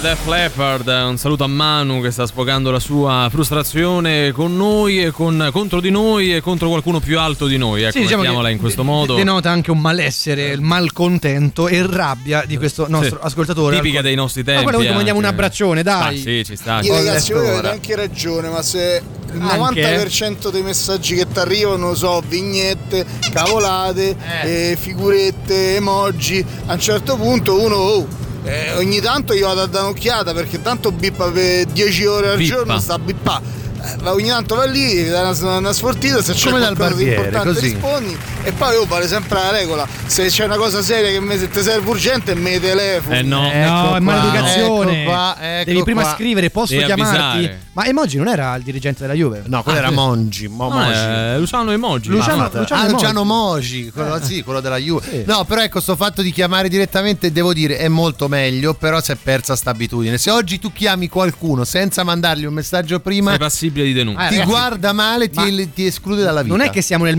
Def Leppard. Un saluto a Manu che sta sfogando la sua frustrazione con noi e contro di noi e contro qualcuno più alto di noi. Ecco, sì, diciamo mettiamola in questo modo. Denota anche un malessere, il malcontento e rabbia di questo nostro ascoltatore. Tipica dei nostri tempi. Ma guarda, mandiamo un abbraccione, dai. Sì, ci sta. Ragazzi, voi avete anche ragione, ma se il 90% dei messaggi che ti arrivano so vignette, cavolate, figurette, emoji, a un certo punto uno ogni tanto io vado a dare un'occhiata perché tanto bippa per 10 ore al giorno, sta bippa. Ogni tanto va lì, dà una sfortita, se c'è qualcosa di importante così rispondi, e poi vale sempre la regola, se c'è una cosa seria che ti serve urgente me telefono. No, è maleducazione. Devi prima scrivere, posso chiamarti? Avvisare. Ma Emoji non era il dirigente della Juve? No, quello era Mongi. Luciano Emoji. Luciano Mogi, quello della Juve. Sì. No, però ecco, sto fatto di chiamare direttamente, devo dire, è molto meglio, però si è persa sta abitudine. Se oggi tu chiami qualcuno senza mandargli un messaggio prima, sei passibile di denuncia. Ti guarda male, ti esclude dalla vita. Non è che siamo nel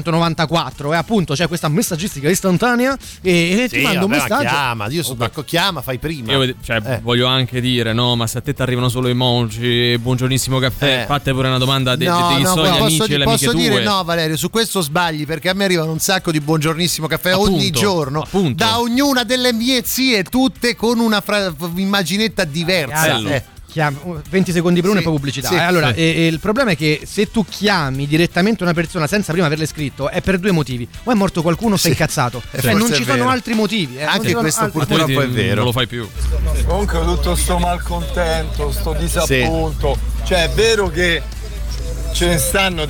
1994, appunto c'è questa messaggistica istantanea e ti manda un messaggio. Chiama, io sono d'accordo, chiama, fai prima. Io voglio anche dire, no, ma se a te ti arrivano solo emoji, buongiornissimo caffè, fate pure una domanda dei suoi amici e le amiche posso tue. Dire no, Valerio, su questo sbagli, perché a me arrivano un sacco di buongiornissimo caffè ogni giorno, da ognuna delle mie zie, tutte con una immaginetta diversa. 20 secondi per uno e poi pubblicità. Allora, il problema è che se tu chiami direttamente una persona senza prima averle scritto è per due motivi: o è morto qualcuno o sei incazzato, cioè non ci sono altri motivi. Anche questo purtroppo è vero. Non lo fai più. Comunque tutto sto malcontento, sto disappunto, cioè è vero che ce ne stanno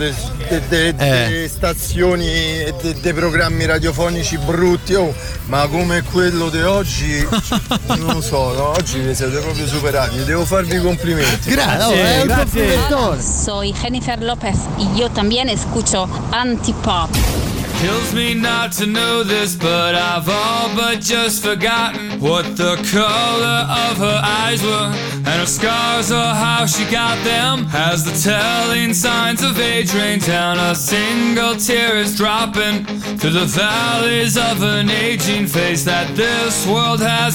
delle stazioni e dei programmi radiofonici brutti, ma come quello di oggi non lo so, no? Oggi vi siete proprio superati, devo farvi i complimenti. Grazie. Soy Jennifer Lopez y yo también escucho Antipop. Kills me not to know this, but I've all but just forgotten what the color of her eyes were, and her scars or how she got them. As the telling signs of age rain down, a single tear is dropping through the valleys of an aging face that this world has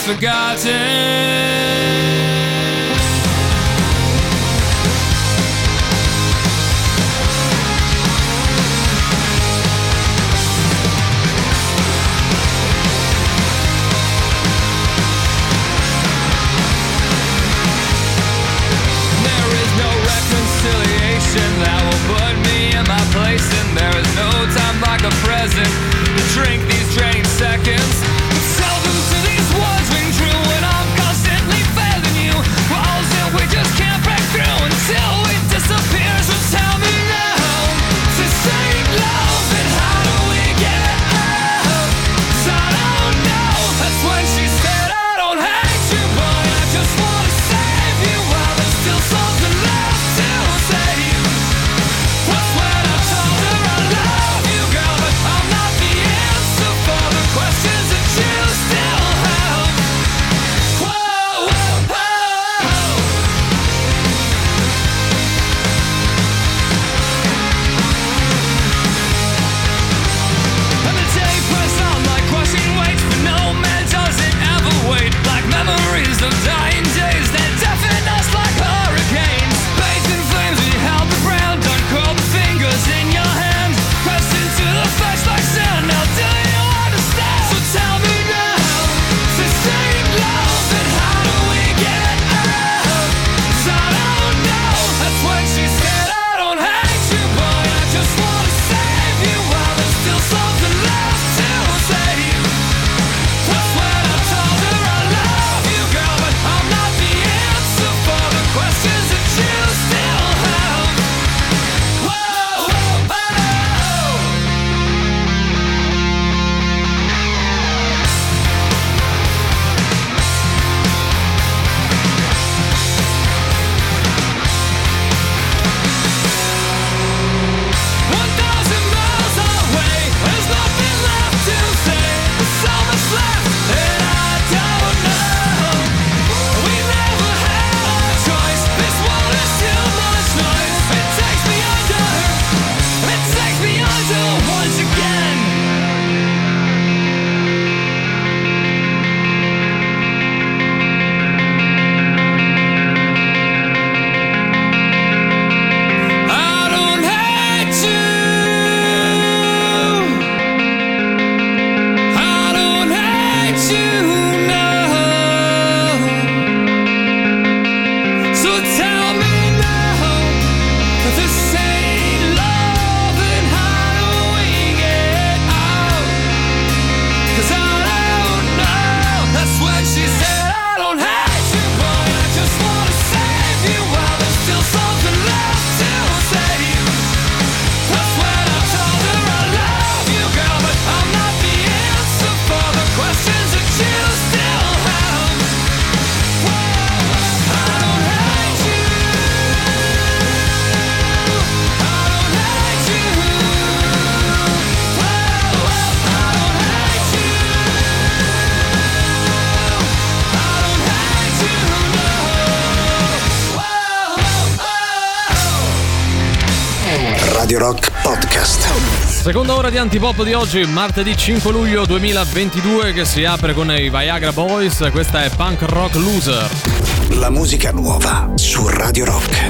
forgotten. That will put me in my place, and there is no time like the present to drink these draining seconds. Seldom do these words ring true when I'm constantly failing you. Walls that we just can't break through until we disappear. So tell me now, this ain't love, and how do we get out? 'Cause I don't know. That's when she said I don't hate you, but I just wanna save you while there's still something left to say. Was when I told her I love you, girl, but I'm not the answer Radio Rock Podcast. Seconda ora di Antipop di oggi, martedì 5 luglio 2022, che si apre con i Viagra Boys. Questa è Punk Rock Loser. La musica nuova su Radio Rock.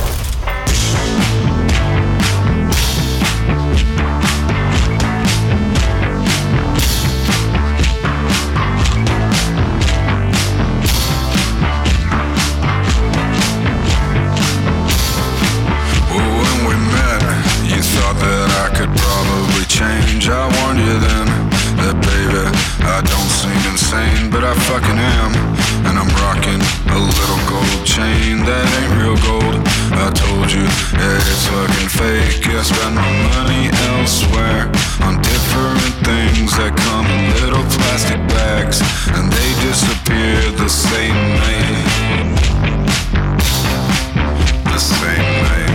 Change. I warned you then that baby, I don't seem insane, but I fucking am. And I'm rocking a little gold chain that ain't real gold. I told you, yeah, it's fucking fake. I spend my money elsewhere on different things that come in little plastic bags, and they disappear the same night. The same night.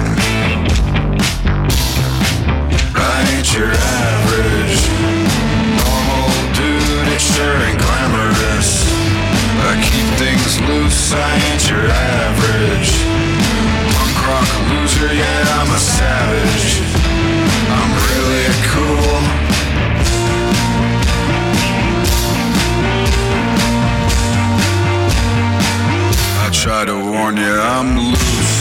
I ain't your average normal dude, it sure ain't glamorous. I keep things loose, I ain't your average punk rock loser, yeah, I'm a savage. I'm really cool. I try to warn you, I'm loose.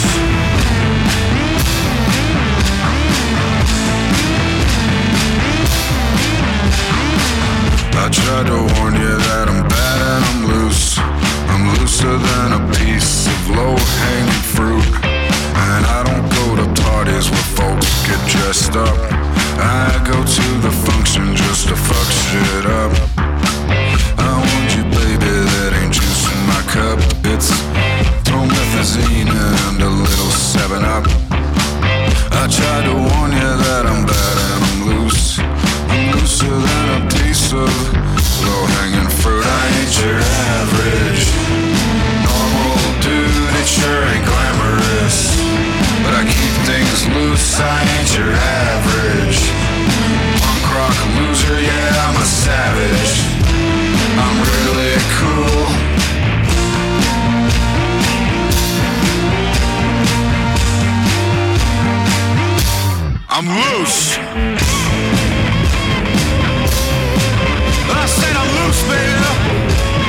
I tried to warn you that I'm bad and I'm loose. I'm looser than a piece of low-hanging fruit. And I don't go to parties where folks get dressed up. I go to the function just to fuck shit up. I warned you, baby, that ain't juice in my cup. It's promethazine and a little 7-Up. I tried to warn you that I'm bad and I'm loose. I'm looser than a piece of low-hanging fruit. I ain't your average normal dude, it sure ain't glamorous. But I keep things loose, I ain't your average punk rock loser, yeah, I'm a savage. I'm really cool. I'm loose. I said I'm loose, baby.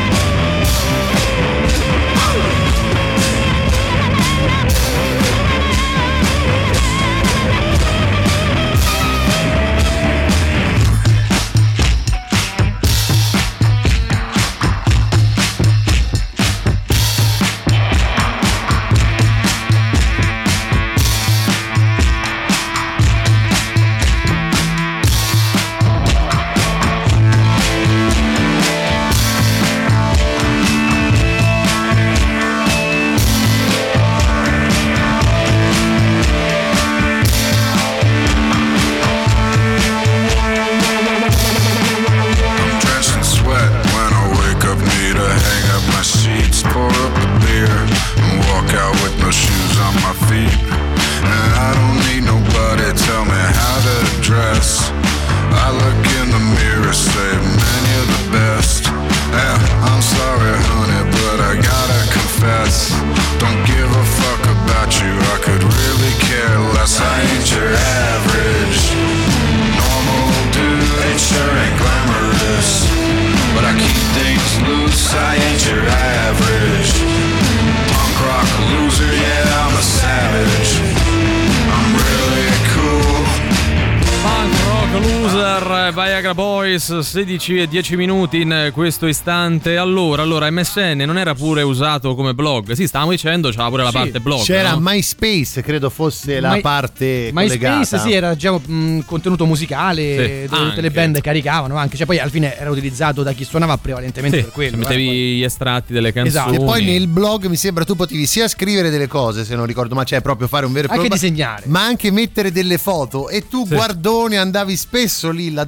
Viagra Boys, 16:10 in questo istante. Allora MSN non era pure usato come blog? Sì, stavamo dicendo, c'era pure la parte blog. C'era, no? MySpace, credo fosse la parte collegata. MySpace, sì, era diciamo contenuto musicale, sì, dove tutte le band caricavano anche, cioè poi alla fine era utilizzato da chi suonava prevalentemente per quello. Mettevi gli estratti delle canzoni. Esatto. E poi nel blog mi sembra tu potevi sia scrivere delle cose, se non ricordo, ma cioè proprio fare un vero e proprio anche disegnare, ma anche mettere delle foto, e tu guardone andavi spesso lì laddove c'era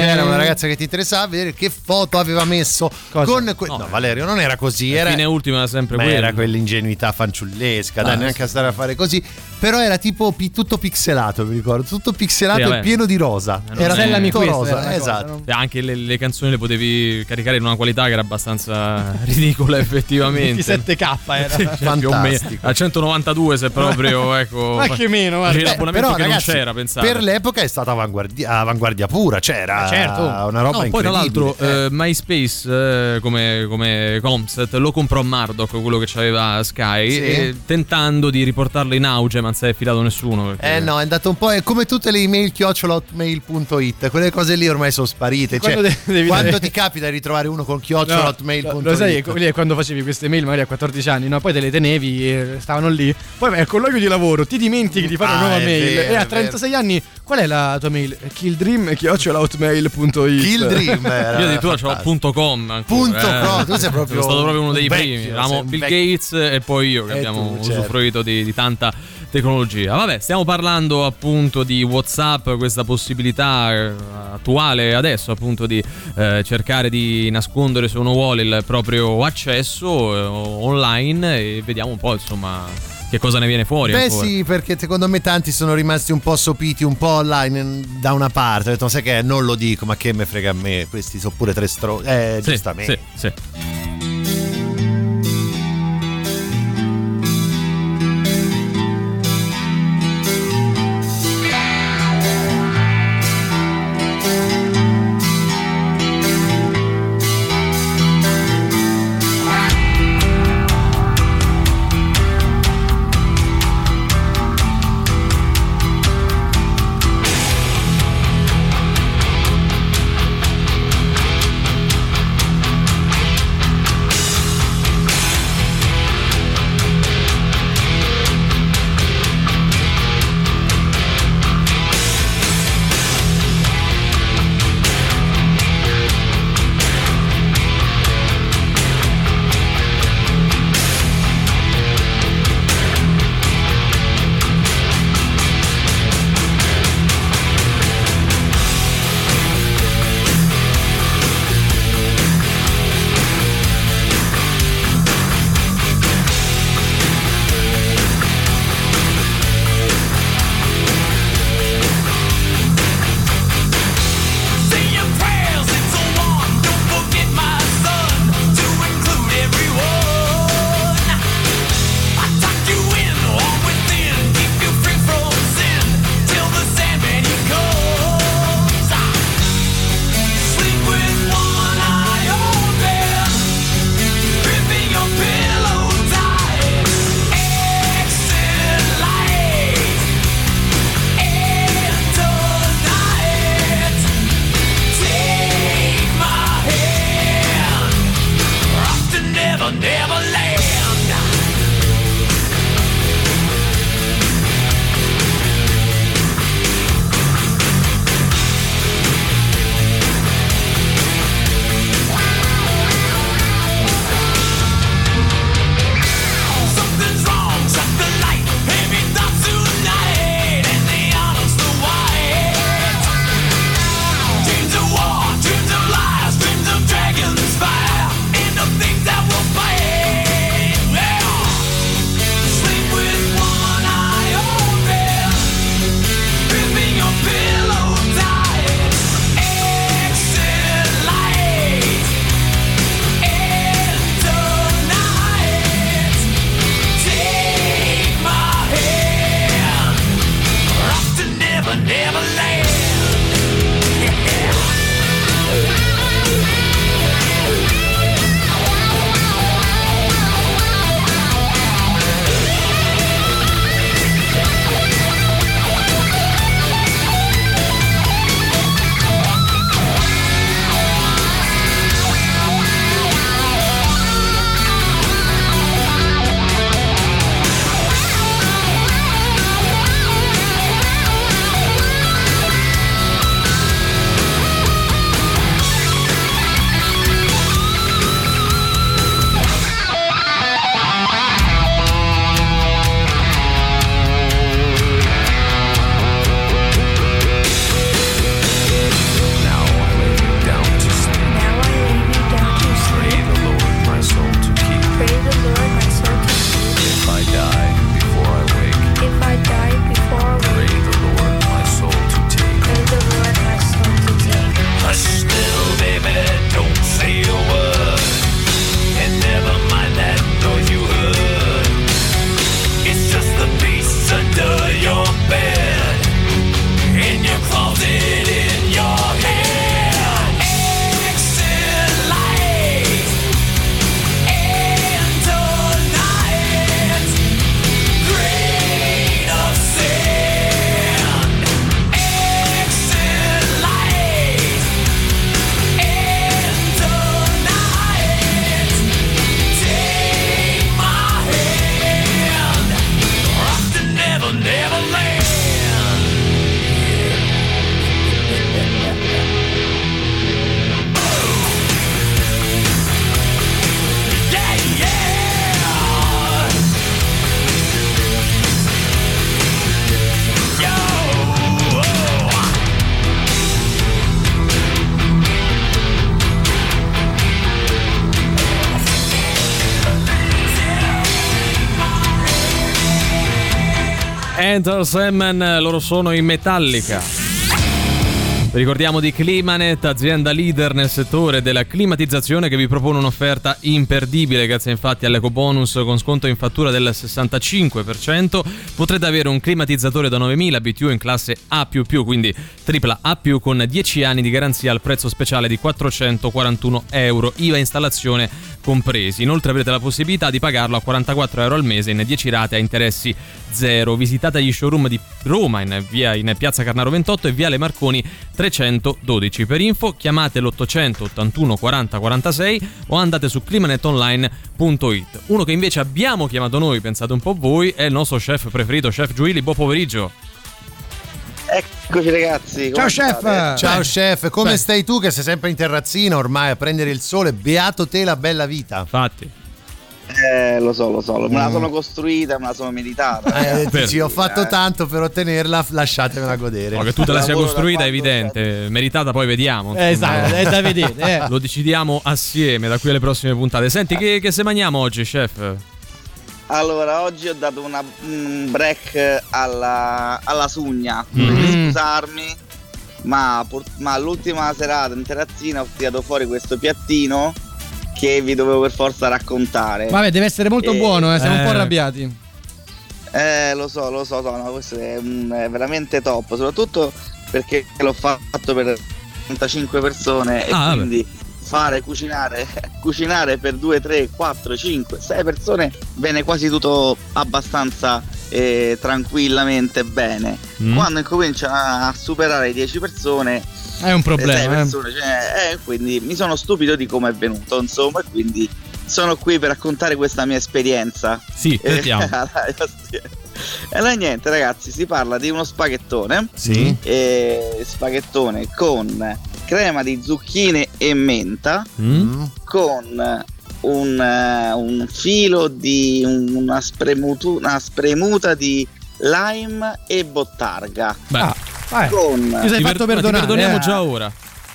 c'era una ragazza che ti interessava, vedere che foto aveva messo con no, Valerio, non era così, era fine ultima era sempre quella. Era quell'ingenuità fanciullesca, dai, neanche a stare a fare così. Però era tipo tutto pixelato, mi ricordo, tutto pixelato e pieno di rosa. Era tutto rosa, esatto. E anche le canzoni le potevi caricare in una qualità che era abbastanza ridicola effettivamente. 27K era. Sì, fantastico. A 192 se proprio, ecco. Ma che meno, l'abbonamento però, che ragazzi, non c'era, pensate. Per l'epoca è stata avanguardia pura, c'era una roba incredibile. Poi tra l'altro MySpace come concept lo comprò Murdoch, quello che c'aveva Sky, tentando di riportarlo in auge, ma non si è fidato nessuno. Perché... no, è andato un po'. È come tutte le email @hotmail.it, quelle cose lì ormai sono sparite. Quando ti capita di ritrovare uno con @hotmail.it, lo sai, lì è quando facevi queste mail magari a 14 anni, no? Poi te le tenevi e stavano lì. Poi vai al colloquio di lavoro, ti dimentichi di fare una nuova mail. Vero, e a 36 anni, qual è la tua mail? killdream@hotmail.it. Killdream. Io addirittura c'ho .com. .com, tu sei proprio. Sono stato proprio uno dei vecchio, primi. Eravamo Bill Gates e poi io che abbiamo usufruito di tanta tecnologia. Vabbè, stiamo parlando appunto di WhatsApp, questa possibilità attuale adesso appunto di cercare di nascondere, se uno vuole, il proprio accesso online, e vediamo un po' insomma che cosa ne viene fuori. Beh ancora. Sì, perché secondo me tanti sono rimasti un po' sopiti, un po' online da una parte. Ho detto, sai che non lo dico, ma che me frega a me, questi sono pure tre giustamente. Sì. Enter Sandman, loro sono in Metallica. Vi ricordiamo di Climanet, azienda leader nel settore della climatizzazione, che vi propone un'offerta imperdibile. Grazie infatti all'ecobonus con sconto in fattura del 65%, potrete avere un climatizzatore da 9.000 BTU in classe A++, quindi tripla A+, con 10 anni di garanzia al prezzo speciale di €441, IVA installazione compresi. Inoltre avrete la possibilità di pagarlo a €44 al mese in 10 rate a interessi zero. Visitate gli showroom di Roma in piazza Carnaro 28 e viale Marconi 312. Per info chiamate l'800 81 40 46 o andate su climanetonline.it. Uno che invece abbiamo chiamato noi, pensate un po' voi, è il nostro chef preferito, Chef Giuili. Buon pomeriggio. Eccoci ragazzi. Ciao chef. Ciao chef, come stai tu che sei sempre in terrazzina ormai a prendere il sole? Beato te, la bella vita. Infatti. Lo so, me la sono costruita, me la sono meritata. Dici, ho fatto tanto per ottenerla, lasciatemela godere. No, che tu te la sia costruita è evidente, meritata poi vediamo. Esatto, è da vedere. Lo decidiamo assieme da qui alle prossime puntate. Senti, che se mangiamo oggi, chef? Allora, oggi ho dato un break alla sugna, per scusarmi, ma all'ultima serata in terrazzina ho tirato fuori questo piattino che vi dovevo per forza raccontare. Vabbè, deve essere molto buono, siamo un po' arrabbiati. Lo so, no, questo è veramente top, soprattutto perché l'ho fatto per 35 persone e quindi cucinare per 2, 3, 4, 5, 6 persone viene quasi tutto abbastanza tranquillamente bene. Quando incomincia a superare 10 persone è un problema, persone, quindi mi sono stupito di come è venuto, insomma, e quindi sono qui per raccontare questa mia esperienza. Sì, vediamo. E allora niente ragazzi, si parla di uno spaghettone. Sì. Spaghettone con crema di zucchine e menta, con un filo di una spremuta di lime e bottarga. Ti sei fatto perdonare, ti perdoniamo già ora.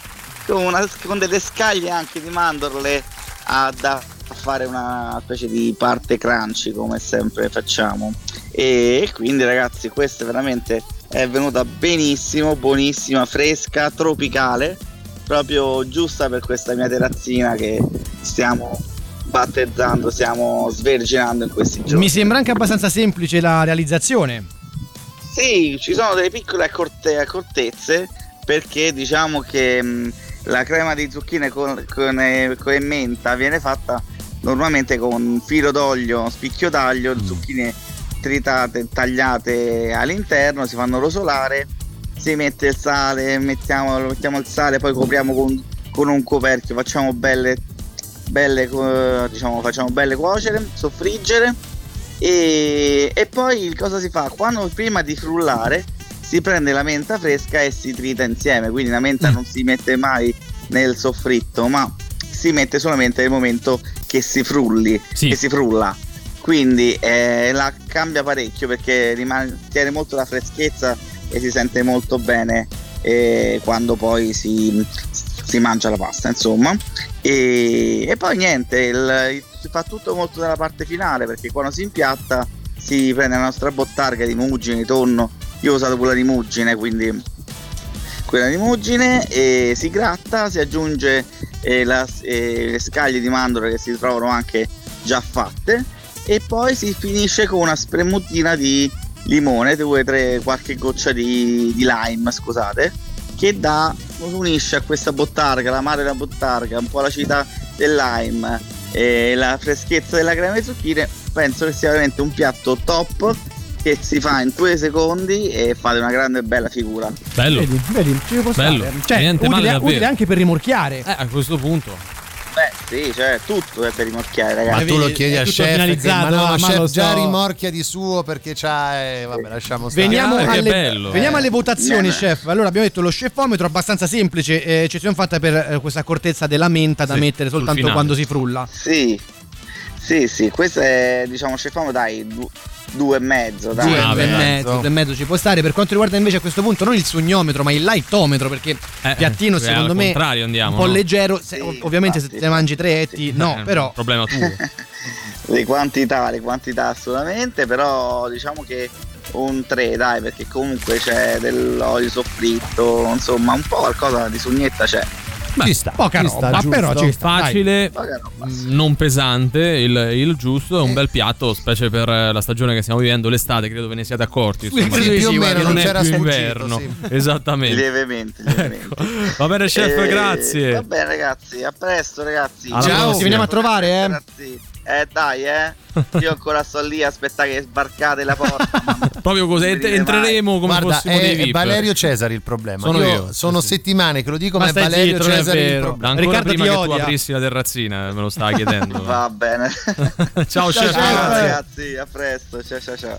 Con delle scaglie anche di mandorle da fare una specie di parte crunchy, come sempre facciamo. E quindi ragazzi, questa veramente è venuta benissimo, buonissima, fresca, tropicale, proprio giusta per questa mia terrazzina che stiamo battezzando, stiamo sverginando in questi giorni. Mi sembra anche abbastanza semplice la realizzazione. Sì, ci sono delle piccole accortezze, perché diciamo che la crema di zucchine con menta viene fatta normalmente con un filo d'olio, spicchio d'aglio, zucchine tritate, tagliate all'interno, si fanno rosolare, si mette il sale, mettiamo il sale, poi copriamo con un coperchio, facciamo belle cuocere, soffriggere. E poi cosa si fa? Quando prima di frullare si prende la menta fresca e si trita insieme, quindi la menta non si mette mai nel soffritto, ma si mette solamente nel momento che si frulli, che si frulla. Quindi la cambia parecchio, perché tiene molto la freschezza e si sente molto bene quando poi si mangia la pasta, insomma. E poi niente, si fa tutto molto dalla parte finale, perché quando si impiatta si prende la nostra bottarga di muggine, di tonno. Io ho usato quella di muggine, quindi quella di muggine, e si gratta, si aggiunge le scaglie di mandorle che si trovano anche già fatte, e poi si finisce con una spremutina di limone, 2, 3, qualche goccia di lime, scusate, che unisce a questa bottarga l'amaro della bottarga, un po' l'acidità del lime e la freschezza della crema di zucchine. Penso che sia veramente un piatto top, che si fa in 2 secondi e fate una grande e bella figura. Bello. Vedi, ci può stare. Cioè, utile anche per rimorchiare. A questo punto. Sì, cioè tutto è per rimorchiare, ragazzi. Ma tu lo chiedi al chef, chef già so. rimorchia di suo perché c'ha vabbè, lasciamo stare. Veniamo alle votazioni, chef. Allora abbiamo detto lo scefometro abbastanza semplice, ci siamo fatta per questa accortezza della menta da mettere soltanto quando si frulla. Sì, questo è, diciamo, scefometro, dai, 2,5, dai. 2,5 ci può stare. Per quanto riguarda invece a questo punto non il sugnometro ma il lightometro, perché piattino secondo me andiamo, un po' leggero, ovviamente se te mangi 3 etti, no, però problema tuo. Le quantità assolutamente, però diciamo che un 3 dai, perché comunque c'è dell'olio soffritto, insomma un po' qualcosa di sugnetta c'è. Beh, ci sta, poca roba, però ci sta, facile, non pesante, il giusto, è un bel piatto, specie per la stagione che stiamo vivendo, l'estate, credo ve ne siate accorti, insomma, più o meno non c'era è più sfuggito, inverno, sì. Lievemente. Lievemente. Ecco. Va bene chef, grazie. Va bene ragazzi, a presto ragazzi. Ciao, ci veniamo a trovare, Ragazzi. Dai, io ancora sto lì a aspettare che sbarcate la porta. Proprio così, entreremo come Guarda, fossimo dei VIP. Valerio Cesari il problema. Sono sì. settimane che lo dico, Ma ma è Valerio zitto, Cesari è il vero. problema. Ancora Riccardo prima ti che odia. tu aprissi la terrazzina, me lo stava chiedendo. Va bene. Ciao chef. Ciao ragazzi, a presto. Ciao.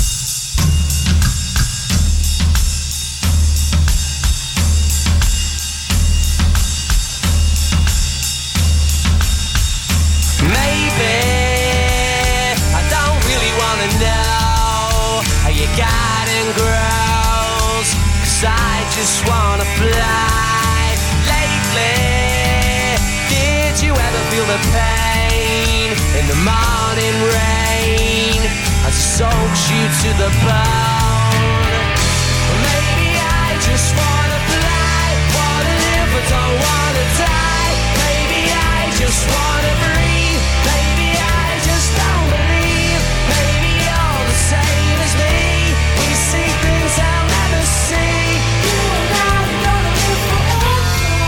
Maybe I don't really wanna know how you got in grows, 'cause I just wanna fly. Lately, did you ever feel the pain in the morning rain as it soaks you to the bone? Or maybe I just wanna fly, wanna live but don't wanna die. Maybe I just wanna breathe. Maybe I just don't believe. Maybe you're the same as me. We see things I'll never see. You and I are gonna live forever.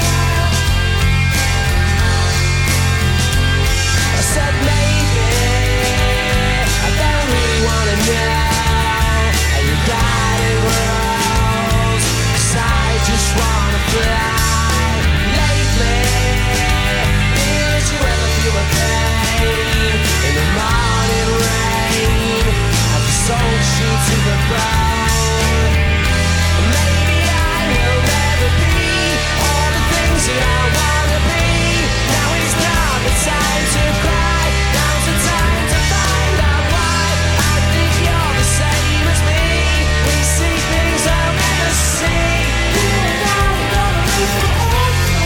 I said maybe I don't really wanna know how you got it grows, 'cause I just wanna fly. Lately, did you ever feel the pain in the morning rain as it soaks you to the bone? Maybe I will never be all the things that I wanna be. Now is not the time to cry. Now's the time to find out why. I think you're the same as me. We see things I'll never see. You and I are gonna live forever.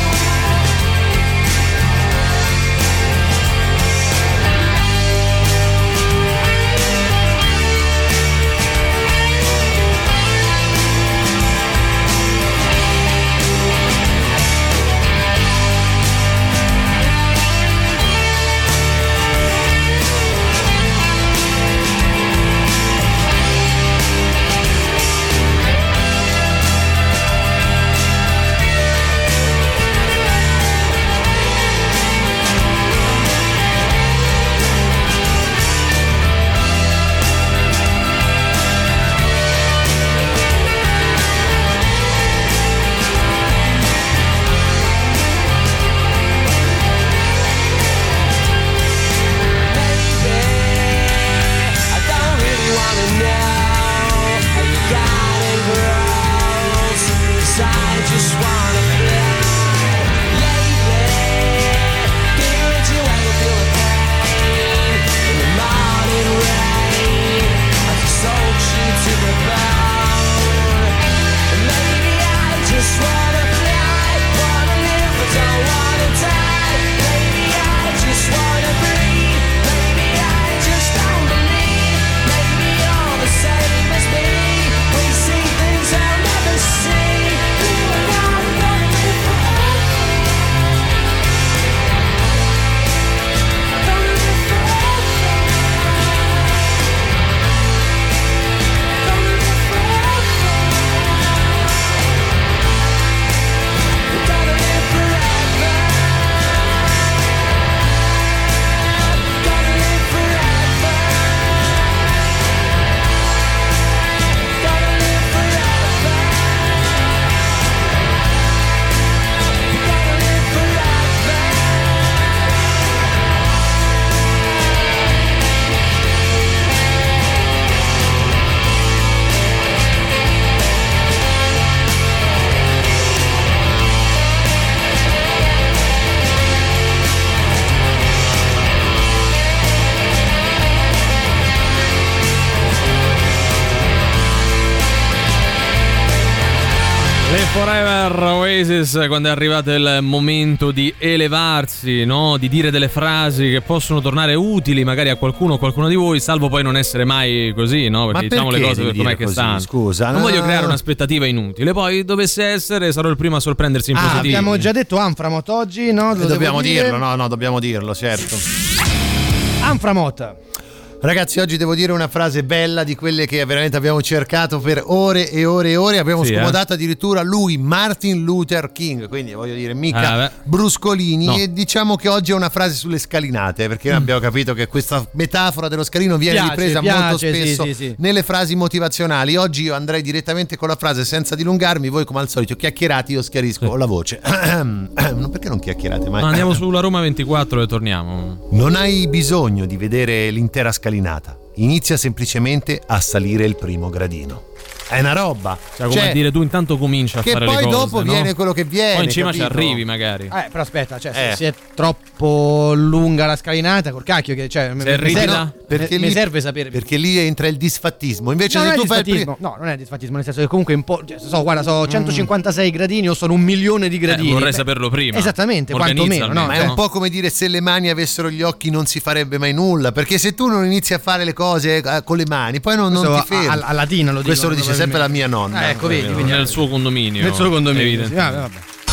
I don't really wanna know how you got it grows, 'cause I just wanna fly. Lately, did you ever feel the pain in the morning rain as it soaks you to the bone? Maybe I just wanna fly, wanna live but don't wanna die. Maybe I just wanna breathe. Maybe I just don't believe. Maybe you're the same as me. We see things I'll never see. You and I Forever Oasis, quando è arrivato il momento di elevarsi, no? Di dire delle frasi che possono tornare utili magari a qualcuno o qualcuno di voi, salvo poi non essere mai così, no? Perché diciamo le cose per com'è che stanno. Scusa, non voglio creare un'aspettativa inutile, poi dovesse essere sarò il primo a sorprendersi in positivo. Abbiamo già detto Anframot oggi, no? Dobbiamo dirlo, no, dobbiamo dirlo, certo. Anframot. Ragazzi, oggi devo dire una frase bella di quelle che veramente abbiamo cercato per ore e ore e ore. Abbiamo scomodato addirittura lui, Martin Luther King, quindi voglio dire mica Bruscolini. No. E diciamo che oggi è una frase sulle scalinate, perché abbiamo capito che questa metafora dello scalino viene ripresa molto spesso nelle frasi motivazionali. Oggi io andrei direttamente con la frase senza dilungarmi. Voi come al solito chiacchierati, io schiarisco la voce. Perché non chiacchierate mai? Andiamo sulla Roma 24 e torniamo. Non hai bisogno di vedere l'intera scalinata. Inizia semplicemente a salire il primo gradino. È una roba. Cioè, come a dire, tu intanto cominci a fare le cose. Che poi dopo viene quello che viene. Poi in cima capito? ci arrivi magari. Però aspetta, cioè, se è troppo lunga la scalinata, col cacchio che cioè, perché mi serve sapere. Perché lì entra il disfattismo. Invece se tu fai no, non è disfattismo, nel senso che comunque guarda, so 156 gradini o sono 1 milione di gradini. Vorrei saperlo prima. Esattamente, quantomeno, no? Ma è un po' come dire se le mani avessero gli occhi non si farebbe mai nulla, perché se tu non inizi a fare le cose con le mani, poi non ti fermi. A Latina lo dico. Questo lo dice sempre la mia nonna. Ecco, vedi, quindi nel suo condominio. Nel suo condominio. Vabbè.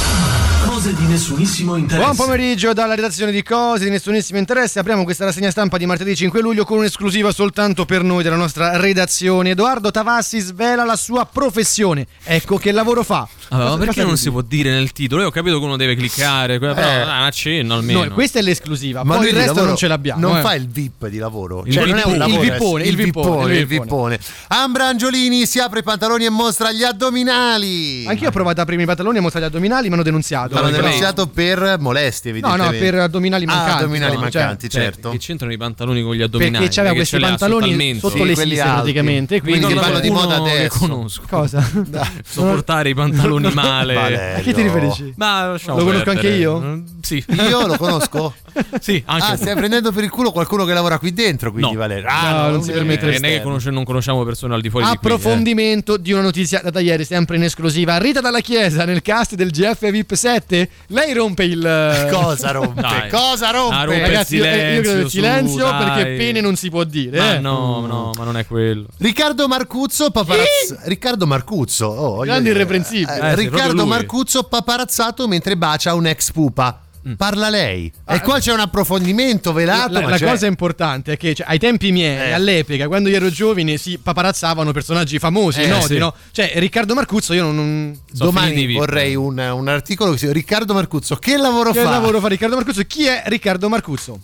Cose di nessunissimo interesse. Buon pomeriggio dalla redazione di Cose di nessunissimo interesse. Apriamo questa rassegna stampa di martedì 5 luglio con un'esclusiva soltanto per noi della nostra redazione. Edoardo Tavassi svela la sua professione. Ecco che lavoro fa. Ma perché non si può dire nel titolo? Io ho capito che uno deve cliccare, però un accenno almeno. No, questa è l'esclusiva, ma poi il resto non ce l'abbiamo. Non fa il VIP di lavoro. Cioè, non è un lavoro, il vippone. Ambra Angiolini si apre i pantaloni e mostra gli addominali. Anch'io ho provato a aprire i pantaloni e mostrare gli addominali, mi hanno denunciato. L'hanno denunciato per molestie, evidentemente. No, per addominali mancanti. Addominali mancanti, certo. Che c'entrano i pantaloni con gli addominali? Perché c'aveva questi pantaloni sotto le sisse praticamente. Quindi vanno di moda adesso. Conosco. Cosa? Sopportare i pantaloni male. A chi ti riferisci? Ma lo conosco anche io? Sì. Io lo conosco? Sì, anche stai prendendo per il culo qualcuno che lavora qui dentro, quindi Valerio. No, non si permette. Non conosciamo persone al di fuori Approfondimento di una notizia data ieri, sempre in esclusiva. Rita Dalla Chiesa nel cast del GF VIP 7. Lei rompe il... Cosa rompe? Dai. Cosa rompe? Ragazzi, io credo il silenzio perché pene non si può dire. Ma no, ma non è quello. Riccardo Marcuzzo, Riccardo Marcuzzo, grande irreprensibile. Riccardo Marcuzzo paparazzato mentre bacia un ex pupa. Parla lei. E qua c'è un approfondimento velato. La cosa importante è che ai tempi miei, all'epoca, quando io ero giovane, si paparazzavano personaggi famosi, noti, no? Cioè, Riccardo Marcuzzo, io non. Domani vorrei un articolo che si chiama Riccardo Marcuzzo. Che lavoro fa? Che lavoro fa Riccardo Marcuzzo? Chi è Riccardo Marcuzzo?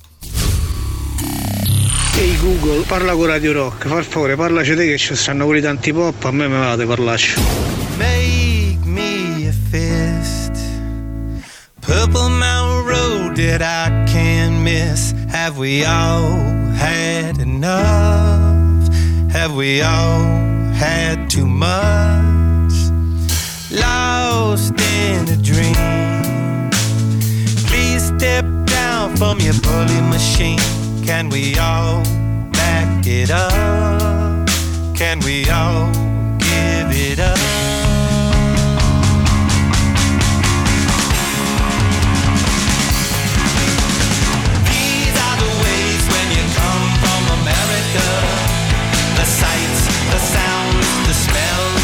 Ehi Google, parla con Radio Rock. Per favore, parlaci te che ci stanno quelli tanti pop. A me va di parlarci. Make me a fist. Purple Mountain Road that I can't miss. Have we all had enough? Have we all had too much? Lost in a dream. Please step down from your bully machine. Can we all back it up? Can we all give it up? The sights, the sounds, the smells.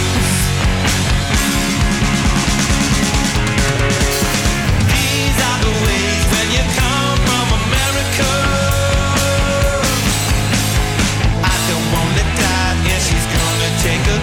These are the ways when you come from America. I don't wanna die, and she's gonna take a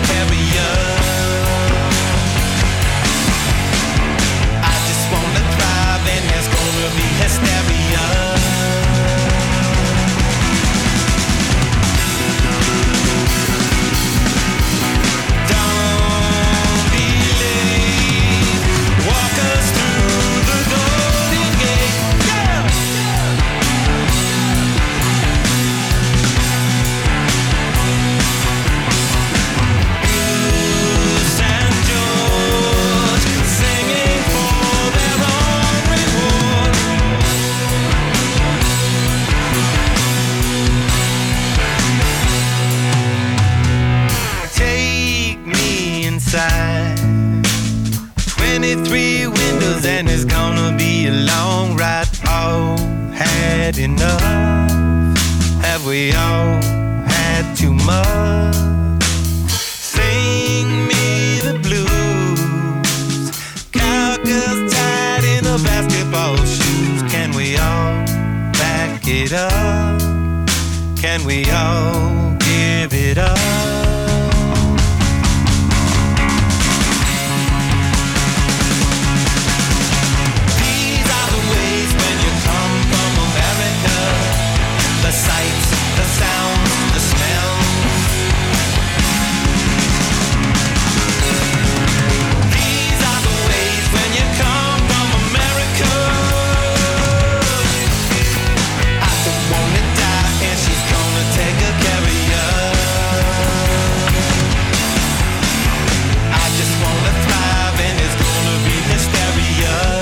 had enough? Have we all had too much? Sing me the blues. Cowgirls tied in a basketball shoes. Can we all back it up? Can we all give it up? The sights, the sounds, the smells. These are the ways when you come from America. I don't wanna die and she's gonna take good care of you. I just wanna thrive and it's gonna be hysteria.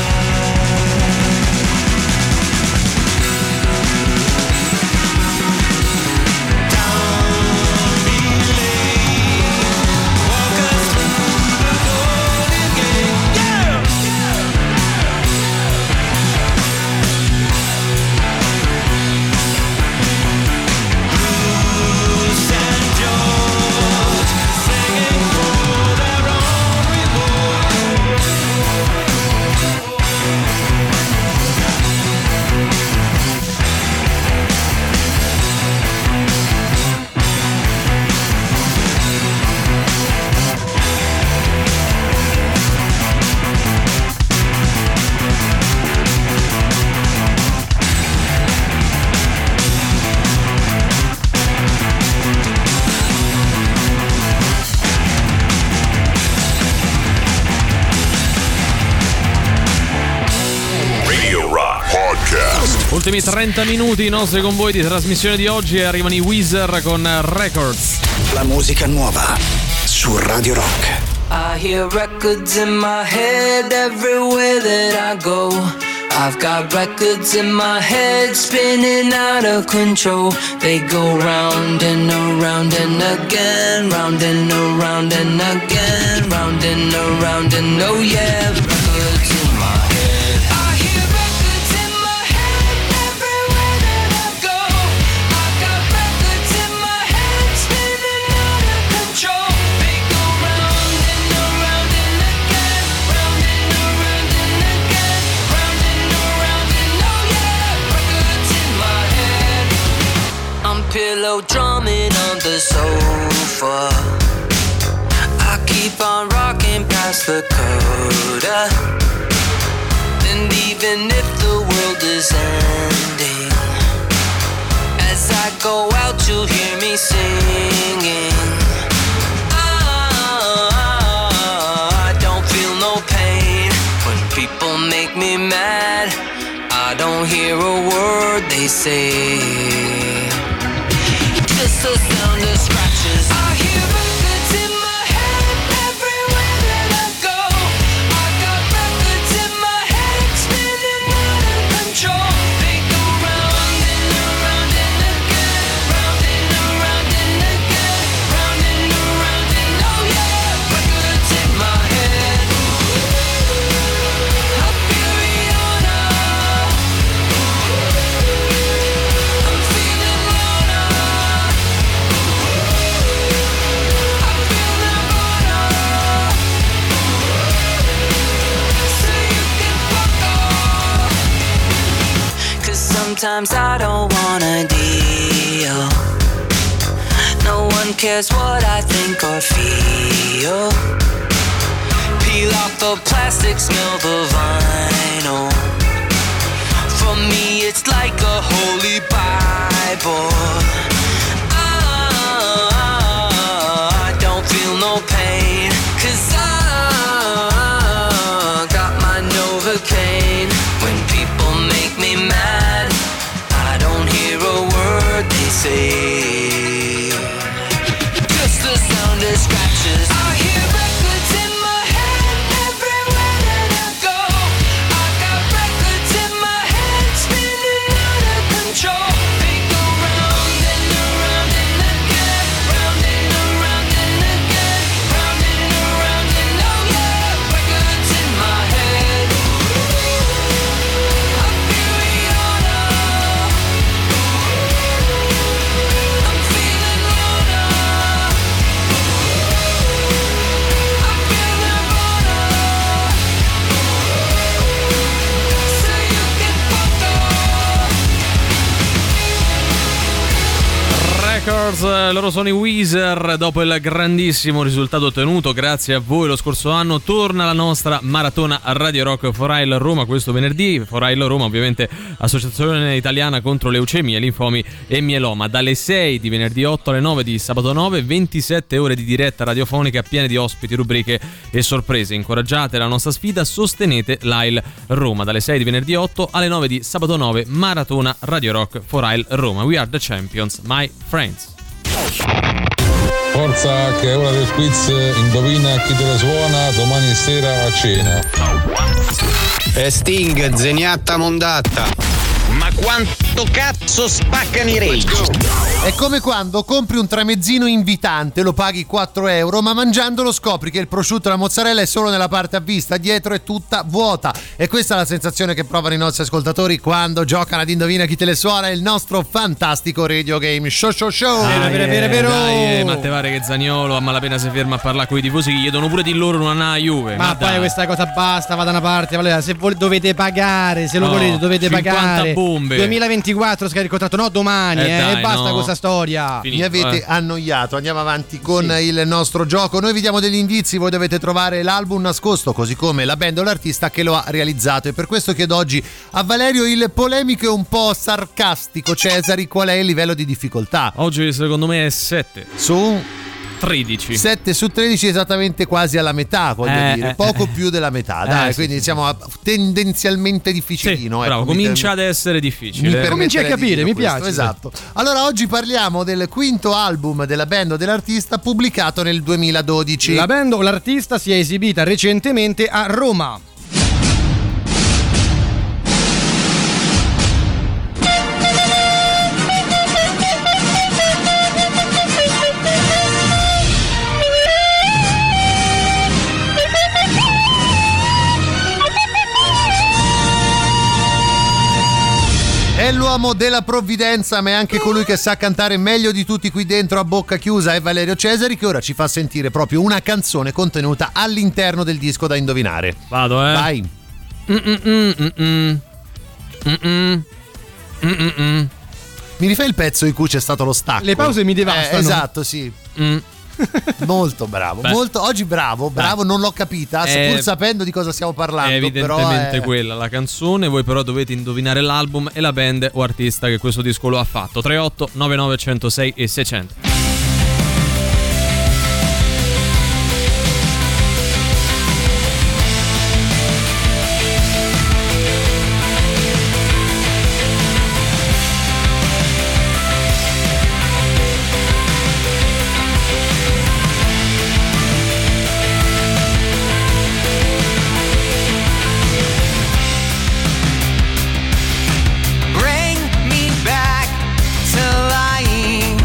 Ultimi 30 minuti nostri con voi di trasmissione di oggi e arrivano i Weezer con Records. La musica nuova su Radio Rock. I hear records in my head everywhere that I go. I've got records in my head spinning out of control. They go round and around and again, round and around and again, round and around and oh yeah, records in my head. I hear records in my head everywhere that I go. I've got records in my head spinning out of control. They go round and around and again, round and around and again, round and around and oh yeah, records in my head. I'm pillow drumming on the sofa. I keep on rocking past the coda. And even if the world is ending, as I go out you'll hear me singing. I don't feel no pain when people make me mad. I don't hear a word they say, just the sound of scratches. I hear records in my head everywhere that I go. I got records in my head spinning out of control. They go round and around and again, round and around and again, round and around and oh yeah, records in my head. I feel Rihanna. I'm feeling Lana. Sometimes I don't wanna deal. No one cares what I think or feel. Peel off the plastic, smell the vinyl. For me it's like a holy Bible. I don't feel no pain, 'cause I got my Novocaine. When people make me mad, I don't hear a word they say, just the sound of scratches. I hear records in my head everywhere that I go. I got records in my head spinning out of control. They go round and around and again, round and around and again, round and around and oh yeah, records in my head. I feel Rihanna. Brothers, loro sono i Weezer. Dopo il grandissimo risultato ottenuto grazie a voi lo scorso anno, torna la nostra maratona a Radio Rock For Heil Roma questo venerdì. For Heil Roma, ovviamente associazione italiana contro leucemia, linfomi e mieloma. Dalle 6 di venerdì 8 alle 9 di sabato 9, 27 ore di diretta radiofonica piene di ospiti, rubriche e sorprese. Incoraggiate la nostra sfida, sostenete l'Heil Roma. Dalle 6 di venerdì 8 alle 9 di sabato 9, maratona Radio Rock For Heil Roma. We are the champions, my friends. Forza, che è ora del quiz. Indovina chi te la suona domani sera a cena. Sting, Zeniatta Mondatta. Ma quanto cazzo spaccano i Rage? È come quando compri un tramezzino invitante, lo paghi 4 euro, ma mangiandolo scopri che il prosciutto e la mozzarella è solo nella parte a vista, dietro è tutta vuota. E questa è la sensazione che provano i nostri ascoltatori quando giocano ad Indovina chi te le suona, il nostro fantastico radio game show. Vero. Dai, ma te pare che Zaniolo a malapena si ferma a parlare con i tifosi che chiedono pure di loro non ha Juve. Ma poi dai. questa cosa basta, va da una parte. Allora, se dovete pagare, se lo volete dovete 50 pagare. bombe. 2024 scade il contratto, no domani, dai, e basta no. questa storia. Finito, Mi avete annoiato, andiamo avanti con il nostro gioco. Noi vi diamo degli indizi, voi dovete trovare l'album nascosto, così come la band o l'artista che lo ha realizzato. E per questo chiedo oggi a Valerio il polemico e un po' sarcastico Cesari, qual è il livello di difficoltà? Oggi secondo me è 7 su 13. 7 su 13, esattamente quasi alla metà, voglio dire, poco più della metà, dai, sì, quindi siamo tendenzialmente difficilino. Sì, bravo, comincia ad essere difficile. Cominci a capire, mi piace. Esatto. Allora oggi parliamo del quinto album della band o dell'artista pubblicato nel 2012. La band o l'artista si è esibita recentemente a Roma. È l'uomo della provvidenza, ma è anche colui che sa cantare meglio di tutti qui dentro a bocca chiusa. È Valerio Cesari, che ora ci fa sentire proprio una canzone contenuta all'interno del disco da indovinare. Vado, Vai. Mi rifai il pezzo in cui c'è stato lo stacco? Le pause mi devastano. Esatto, sì. Molto bravo. Molto, oggi bravo, non l'ho capita, pur sapendo di cosa stiamo parlando. È evidentemente però quella la canzone. Voi però dovete indovinare l'album e la band o artista che questo disco lo ha fatto. 38 99 106 e 600. Bring me back to life.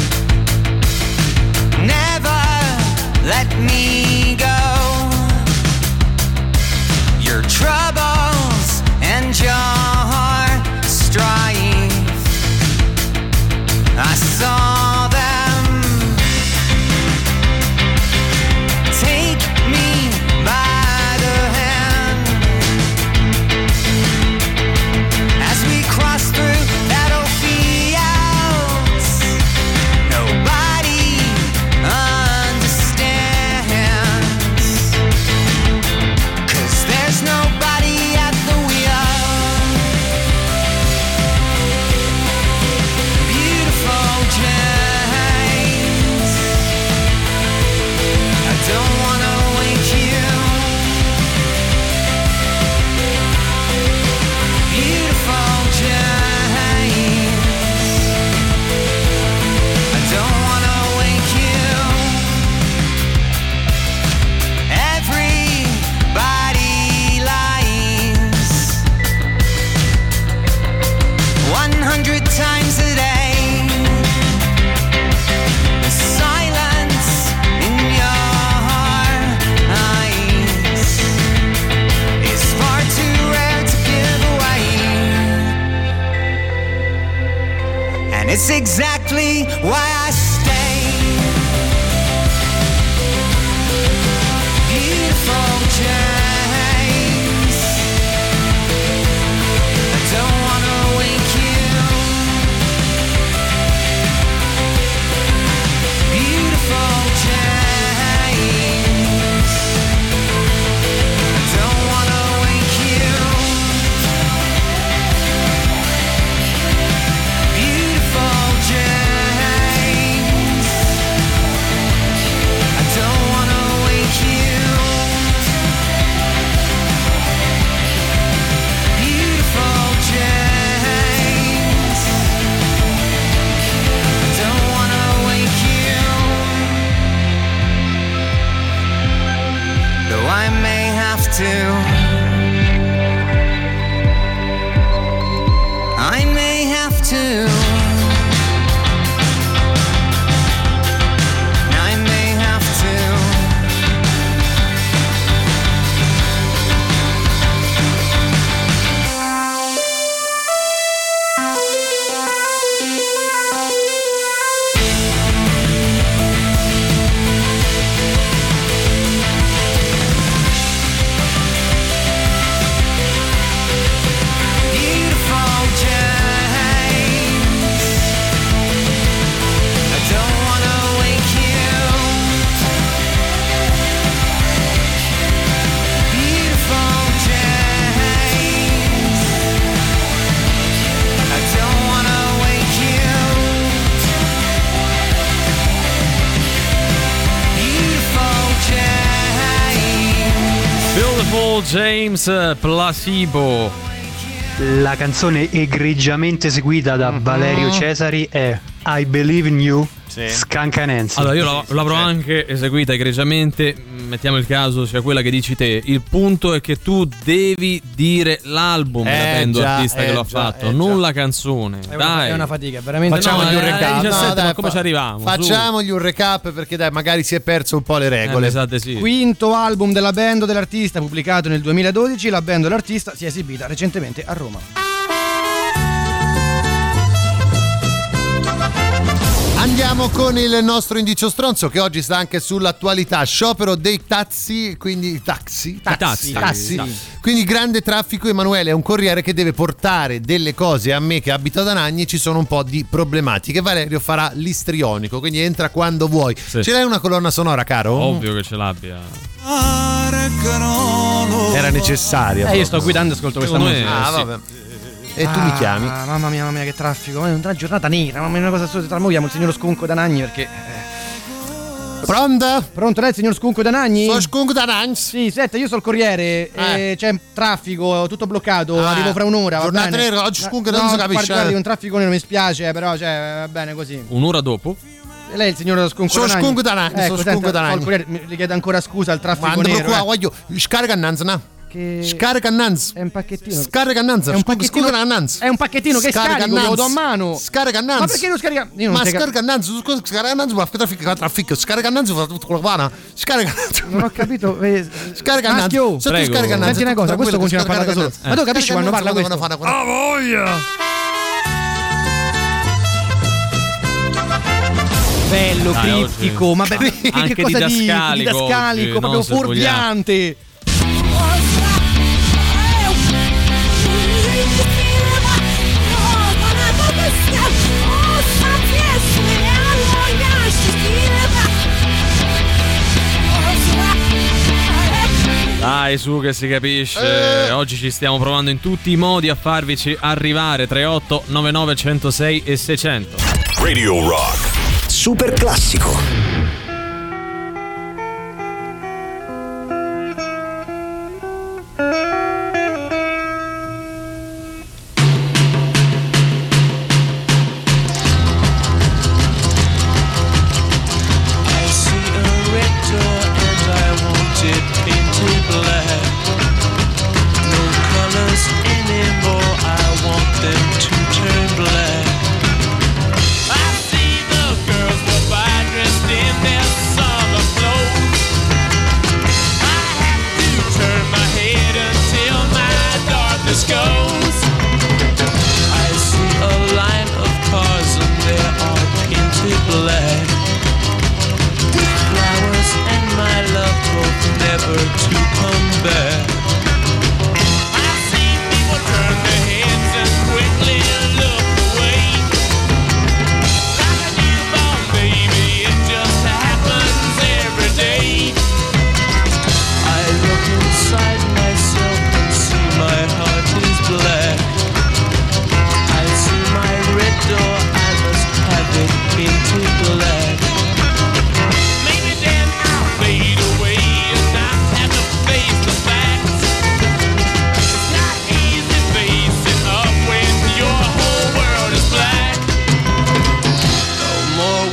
It's exactly why I stay. Beautiful James, I don't wanna wake you. have to. I may have to. I may have to. James, Placebo. La canzone egregiamente eseguita da Valerio Cesari è I Believe in You, Scancanensi. Allora io l'avrò anche eseguita egregiamente, mettiamo il caso sia quella che dici te. Il punto è che tu devi dire l'album della artista che lo ha fatto, non la canzone. Dai, è una fatica, veramente. Facciamogli un recap. 17, ma come ci arriviamo? Facciamogli un recap, perché dai, magari si è perso un po' le regole. Esatto, sì. Quinto album della band o dell'artista, pubblicato nel 2012. La band o l'artista si è esibita recentemente a Roma. Andiamo con il nostro indizio stronzo, che oggi sta anche sull'attualità. Sciopero dei taxi, quindi taxi. Quindi grande traffico. Emanuele è un corriere che deve portare delle cose. A me che abito ad Anagni ci sono un po' di problematiche. Valerio farà l'istrionico, quindi entra quando vuoi. Sì. Ce l'hai una colonna sonora, caro? Ovvio che ce l'abbia. Era necessaria. Io sto guidando e ascolto questa musica. Vabbè. E tu mi chiami? Mamma mia che traffico, è una giornata nera, mamma mia, una cosa assurda. Tramuoviamo il signor Scunco d'Anagni perché Pronto lei, signor Scunco d'Anagni? Sono Scunco d'Anagni. Sì, senta, io sono il corriere, c'è traffico, tutto bloccato, arrivo fra un'ora. Giornata nera, oggi Scunco non si capisce. Guardi, un traffico nero mi spiace, però va bene così. Un'ora dopo? Lei è il signor Scunco d'Anagni? Sono Scunco d'Anagni. Mi chiedo ancora scusa al traffico nero. Ma voglio scarica annanza. Scarica annanza. È un pacchettino. Scarica annanza. È un pacchettino che scarico, lo do a mano. Scarica annanza. Ma perché non scarica? Ma scarica annanza, scarica annanza, ma traffico. Scarica annanza, fa tutto quello che va. Scarica annanza. Non ho capito. Scarica annanza. Se tu scarica annanza. Senti una cosa, questo continua a parlare da solo. Ma tu capisci quando parla questo? Ah, voglia! Bello, criptico, ma che cosa didascalico, proprio fuorviante. Dai, su che si capisce. Oggi ci stiamo provando in tutti i modi a farvici arrivare. 38 99 106 e 600. Radio Rock Super classico.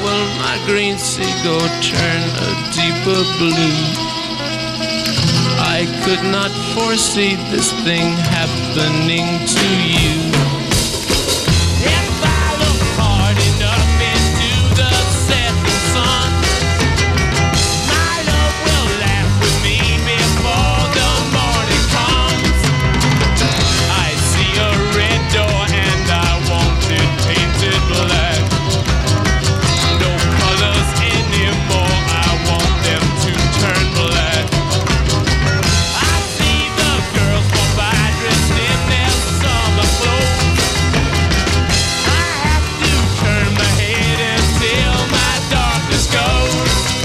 green seagull turn a deeper blue. I I could not foresee this thing happening to you. If I look hard enough into the setting sun, my love will laugh with me before the morning comes. I see a red door and I want it painted black. No colors anymore, I want them to turn black. I see the girls go by dressed in their summer clothes. I have to turn my head until my darkness goes.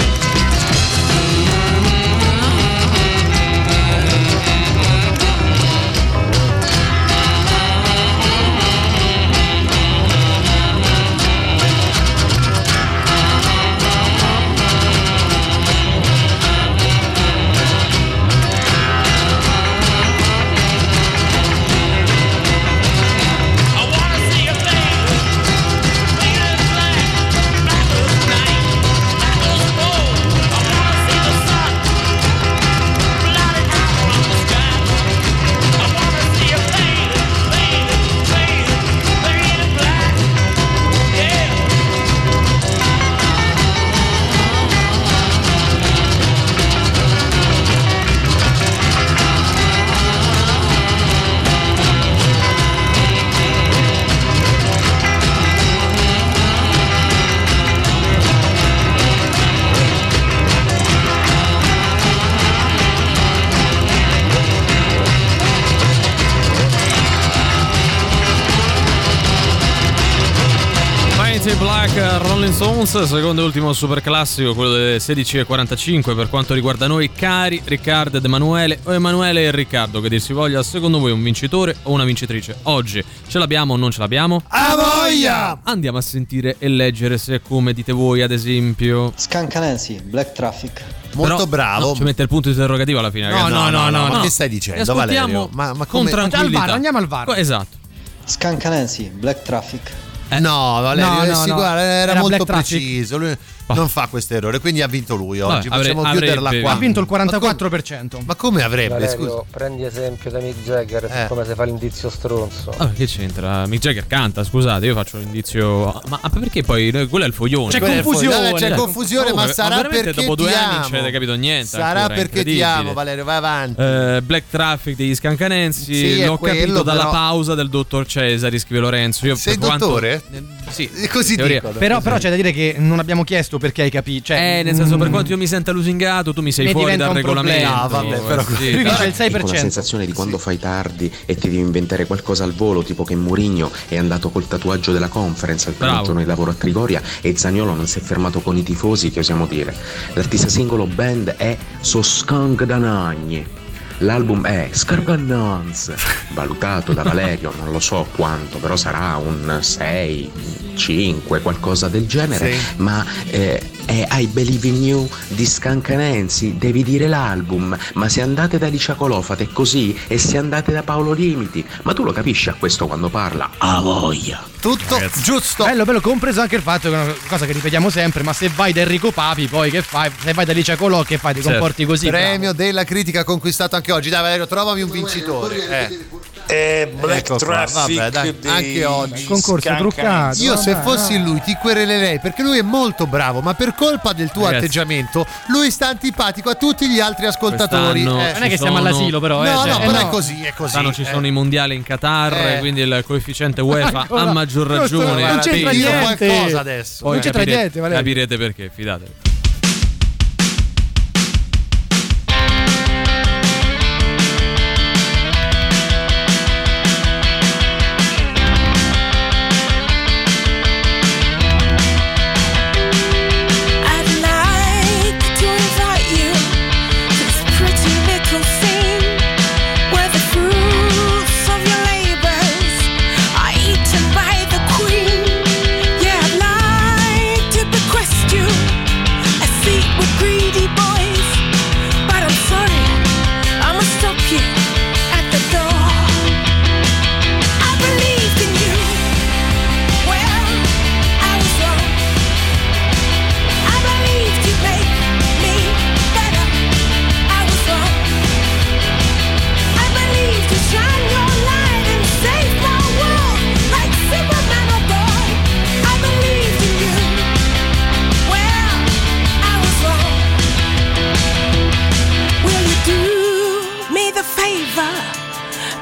Black, Rolling Stones, secondo e ultimo super classico, quello delle 16:45 per quanto riguarda noi, cari Riccardo ed Emanuele, o Emanuele e Riccardo, che dir si voglia. Secondo voi un vincitore o una vincitrice? Oggi ce l'abbiamo o non ce l'abbiamo? A voglia! Andiamo a sentire e leggere se, come dite voi, ad esempio, Skunk Anansi, Black Traffic. Molto però, bravo. No, ci mette il punto interrogativo alla fine. No, ma che stai dicendo, Valerio? Ma con come? tranquillità. Andiamo al VAR. Esatto. Skunk Anansi, Black Traffic. No, Valerio, no. era molto Black Traffic. preciso. Lui non fa questo errore, quindi ha vinto lui oggi. Possiamo chiuderla qua. Ha vinto il 44%. Ma come avrebbe? Valerio, scusa. prendi esempio da Mick Jagger, come si fa l'indizio stronzo. Che c'entra? Mick Jagger canta, scusate, io faccio l'indizio. Ma perché poi quello è il foglione? C'è confusione, ma sarà veramente perché dopo 2 ti anni amo. non ci avete capito niente. Sarà ancora, perché ti amo, Valerio, vai avanti. Black Traffic degli Scancanensi, Sì, l'ho capito dalla però... pausa del dottor Cesari, scrive Lorenzo. Io sei per dottore? Sì, così dicono. Però c'è da dire che non abbiamo chiesto perché hai capito. Nel senso, per quanto io mi senta lusingato, tu mi sei fuori dal regolamento. Ah, vabbè, però lui dice il 6%. Ecco la sensazione di quando fai tardi e ti devi inventare qualcosa al volo, tipo che Mourinho è andato col tatuaggio della Conference al primo giorno di lavoro a Trigoria e Zaniolo non si è fermato con i tifosi, che osiamo dire. L'artista singolo band è So Skunk Danagni. L'album è Scarpannons, valutato da Valerio, non lo so quanto, però sarà un 6, 5, qualcosa del genere, sì. Ma è I Believe in You di Scancanensi, devi dire l'album, ma se andate da Licia Colofat è così, e se andate da Paolo Limiti, ma tu lo capisci a questo quando parla? A voglia! Tutto giusto. Bello, compreso anche il fatto che è una cosa che ripetiamo sempre, ma se vai da Enrico Papi, poi che fai? Se vai da Licia Colò, che fai? Ti comporti così? Premio della critica conquistato anche oggi. Dai Valerio, trovami un vincitore. Black Traffic, vabbè, dai, anche oggi concorso truccato. Io se fossi lui ti querelerei, perché lui è molto bravo, ma per colpa del tuo atteggiamento lui sta antipatico a tutti gli altri ascoltatori. Non è che siamo all'asilo, però no, però è così. Quest'anno ci sono i mondiali in Qatar, quindi il coefficiente UEFA a maggior ragione. Non c'entra niente. Qualcosa adesso. Poi non c'entra niente, Valerio. Capirete perché, fidatevi.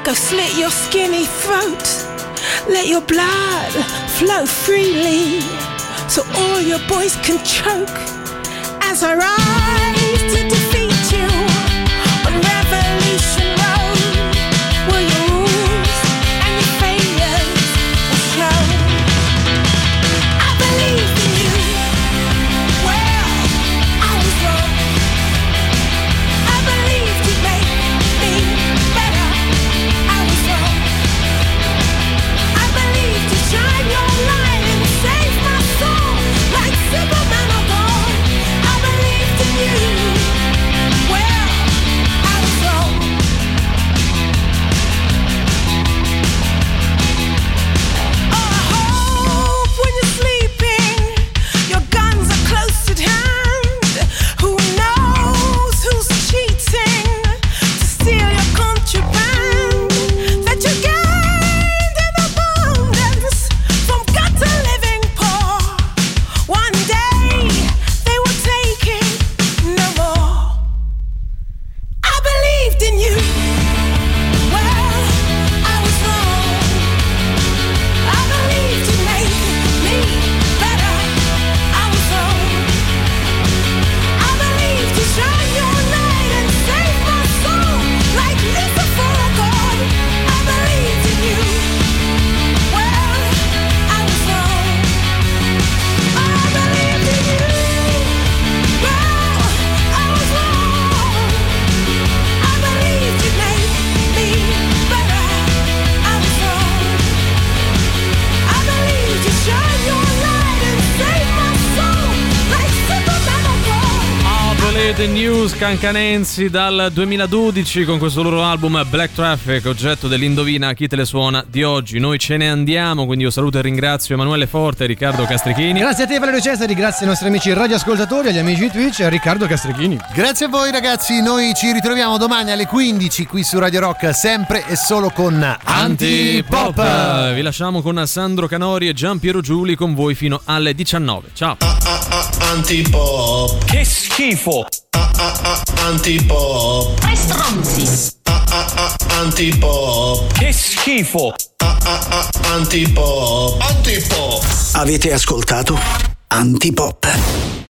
Go slit your skinny throat. Let your blood flow freely, so all your boys can choke. As I rise to defeat you on Revolution Road, will your rules and your failures will show. I believe in you. Well, I was wrong. I believed you'd make me better. I was wrong. I believed you'd shine your light and save my soul like Superman or God. I believed in you. Well, I was wrong. Oh, I hope when you're sleeping, your guns are close at hand. Who knows who's cheating to steal your contraband that you gained in abundance from gutter living poor? One day they will take it no more. I believed in you. Well, I was wrong. I believed you'd make me better. I was wrong. I believed you'd shine your light and save my soul like Lucifer or God. I believed in you. Well, I was wrong. I believed in you. Well, I was wrong. I believed you'd make me better. I was wrong. I believed you'd shine your light and save my soul like Superman or God. I Believe in You, Scancanensi dal 2012 con questo loro album Black Traffic, oggetto dell'Indovina chi te le suona di oggi. Noi ce ne andiamo, quindi io saluto e ringrazio Emanuele Forte e Riccardo Castrichini. Grazie a te Valerio Cesari, grazie ai nostri amici radioascoltatori, agli amici di Twitch e a Riccardo Castrichini. Grazie a voi ragazzi, noi ci ritroviamo domani alle 15 qui su Radio Rock, sempre e solo con Antipop. Vi lasciamo con Sandro Canori e Giampiero Giuli con voi fino alle 19. Ciao. Antipop. Che schifo. Antipop. Tre stronzi. Antipop. Che schifo. Antipop. Antipop. Avete ascoltato Antipop.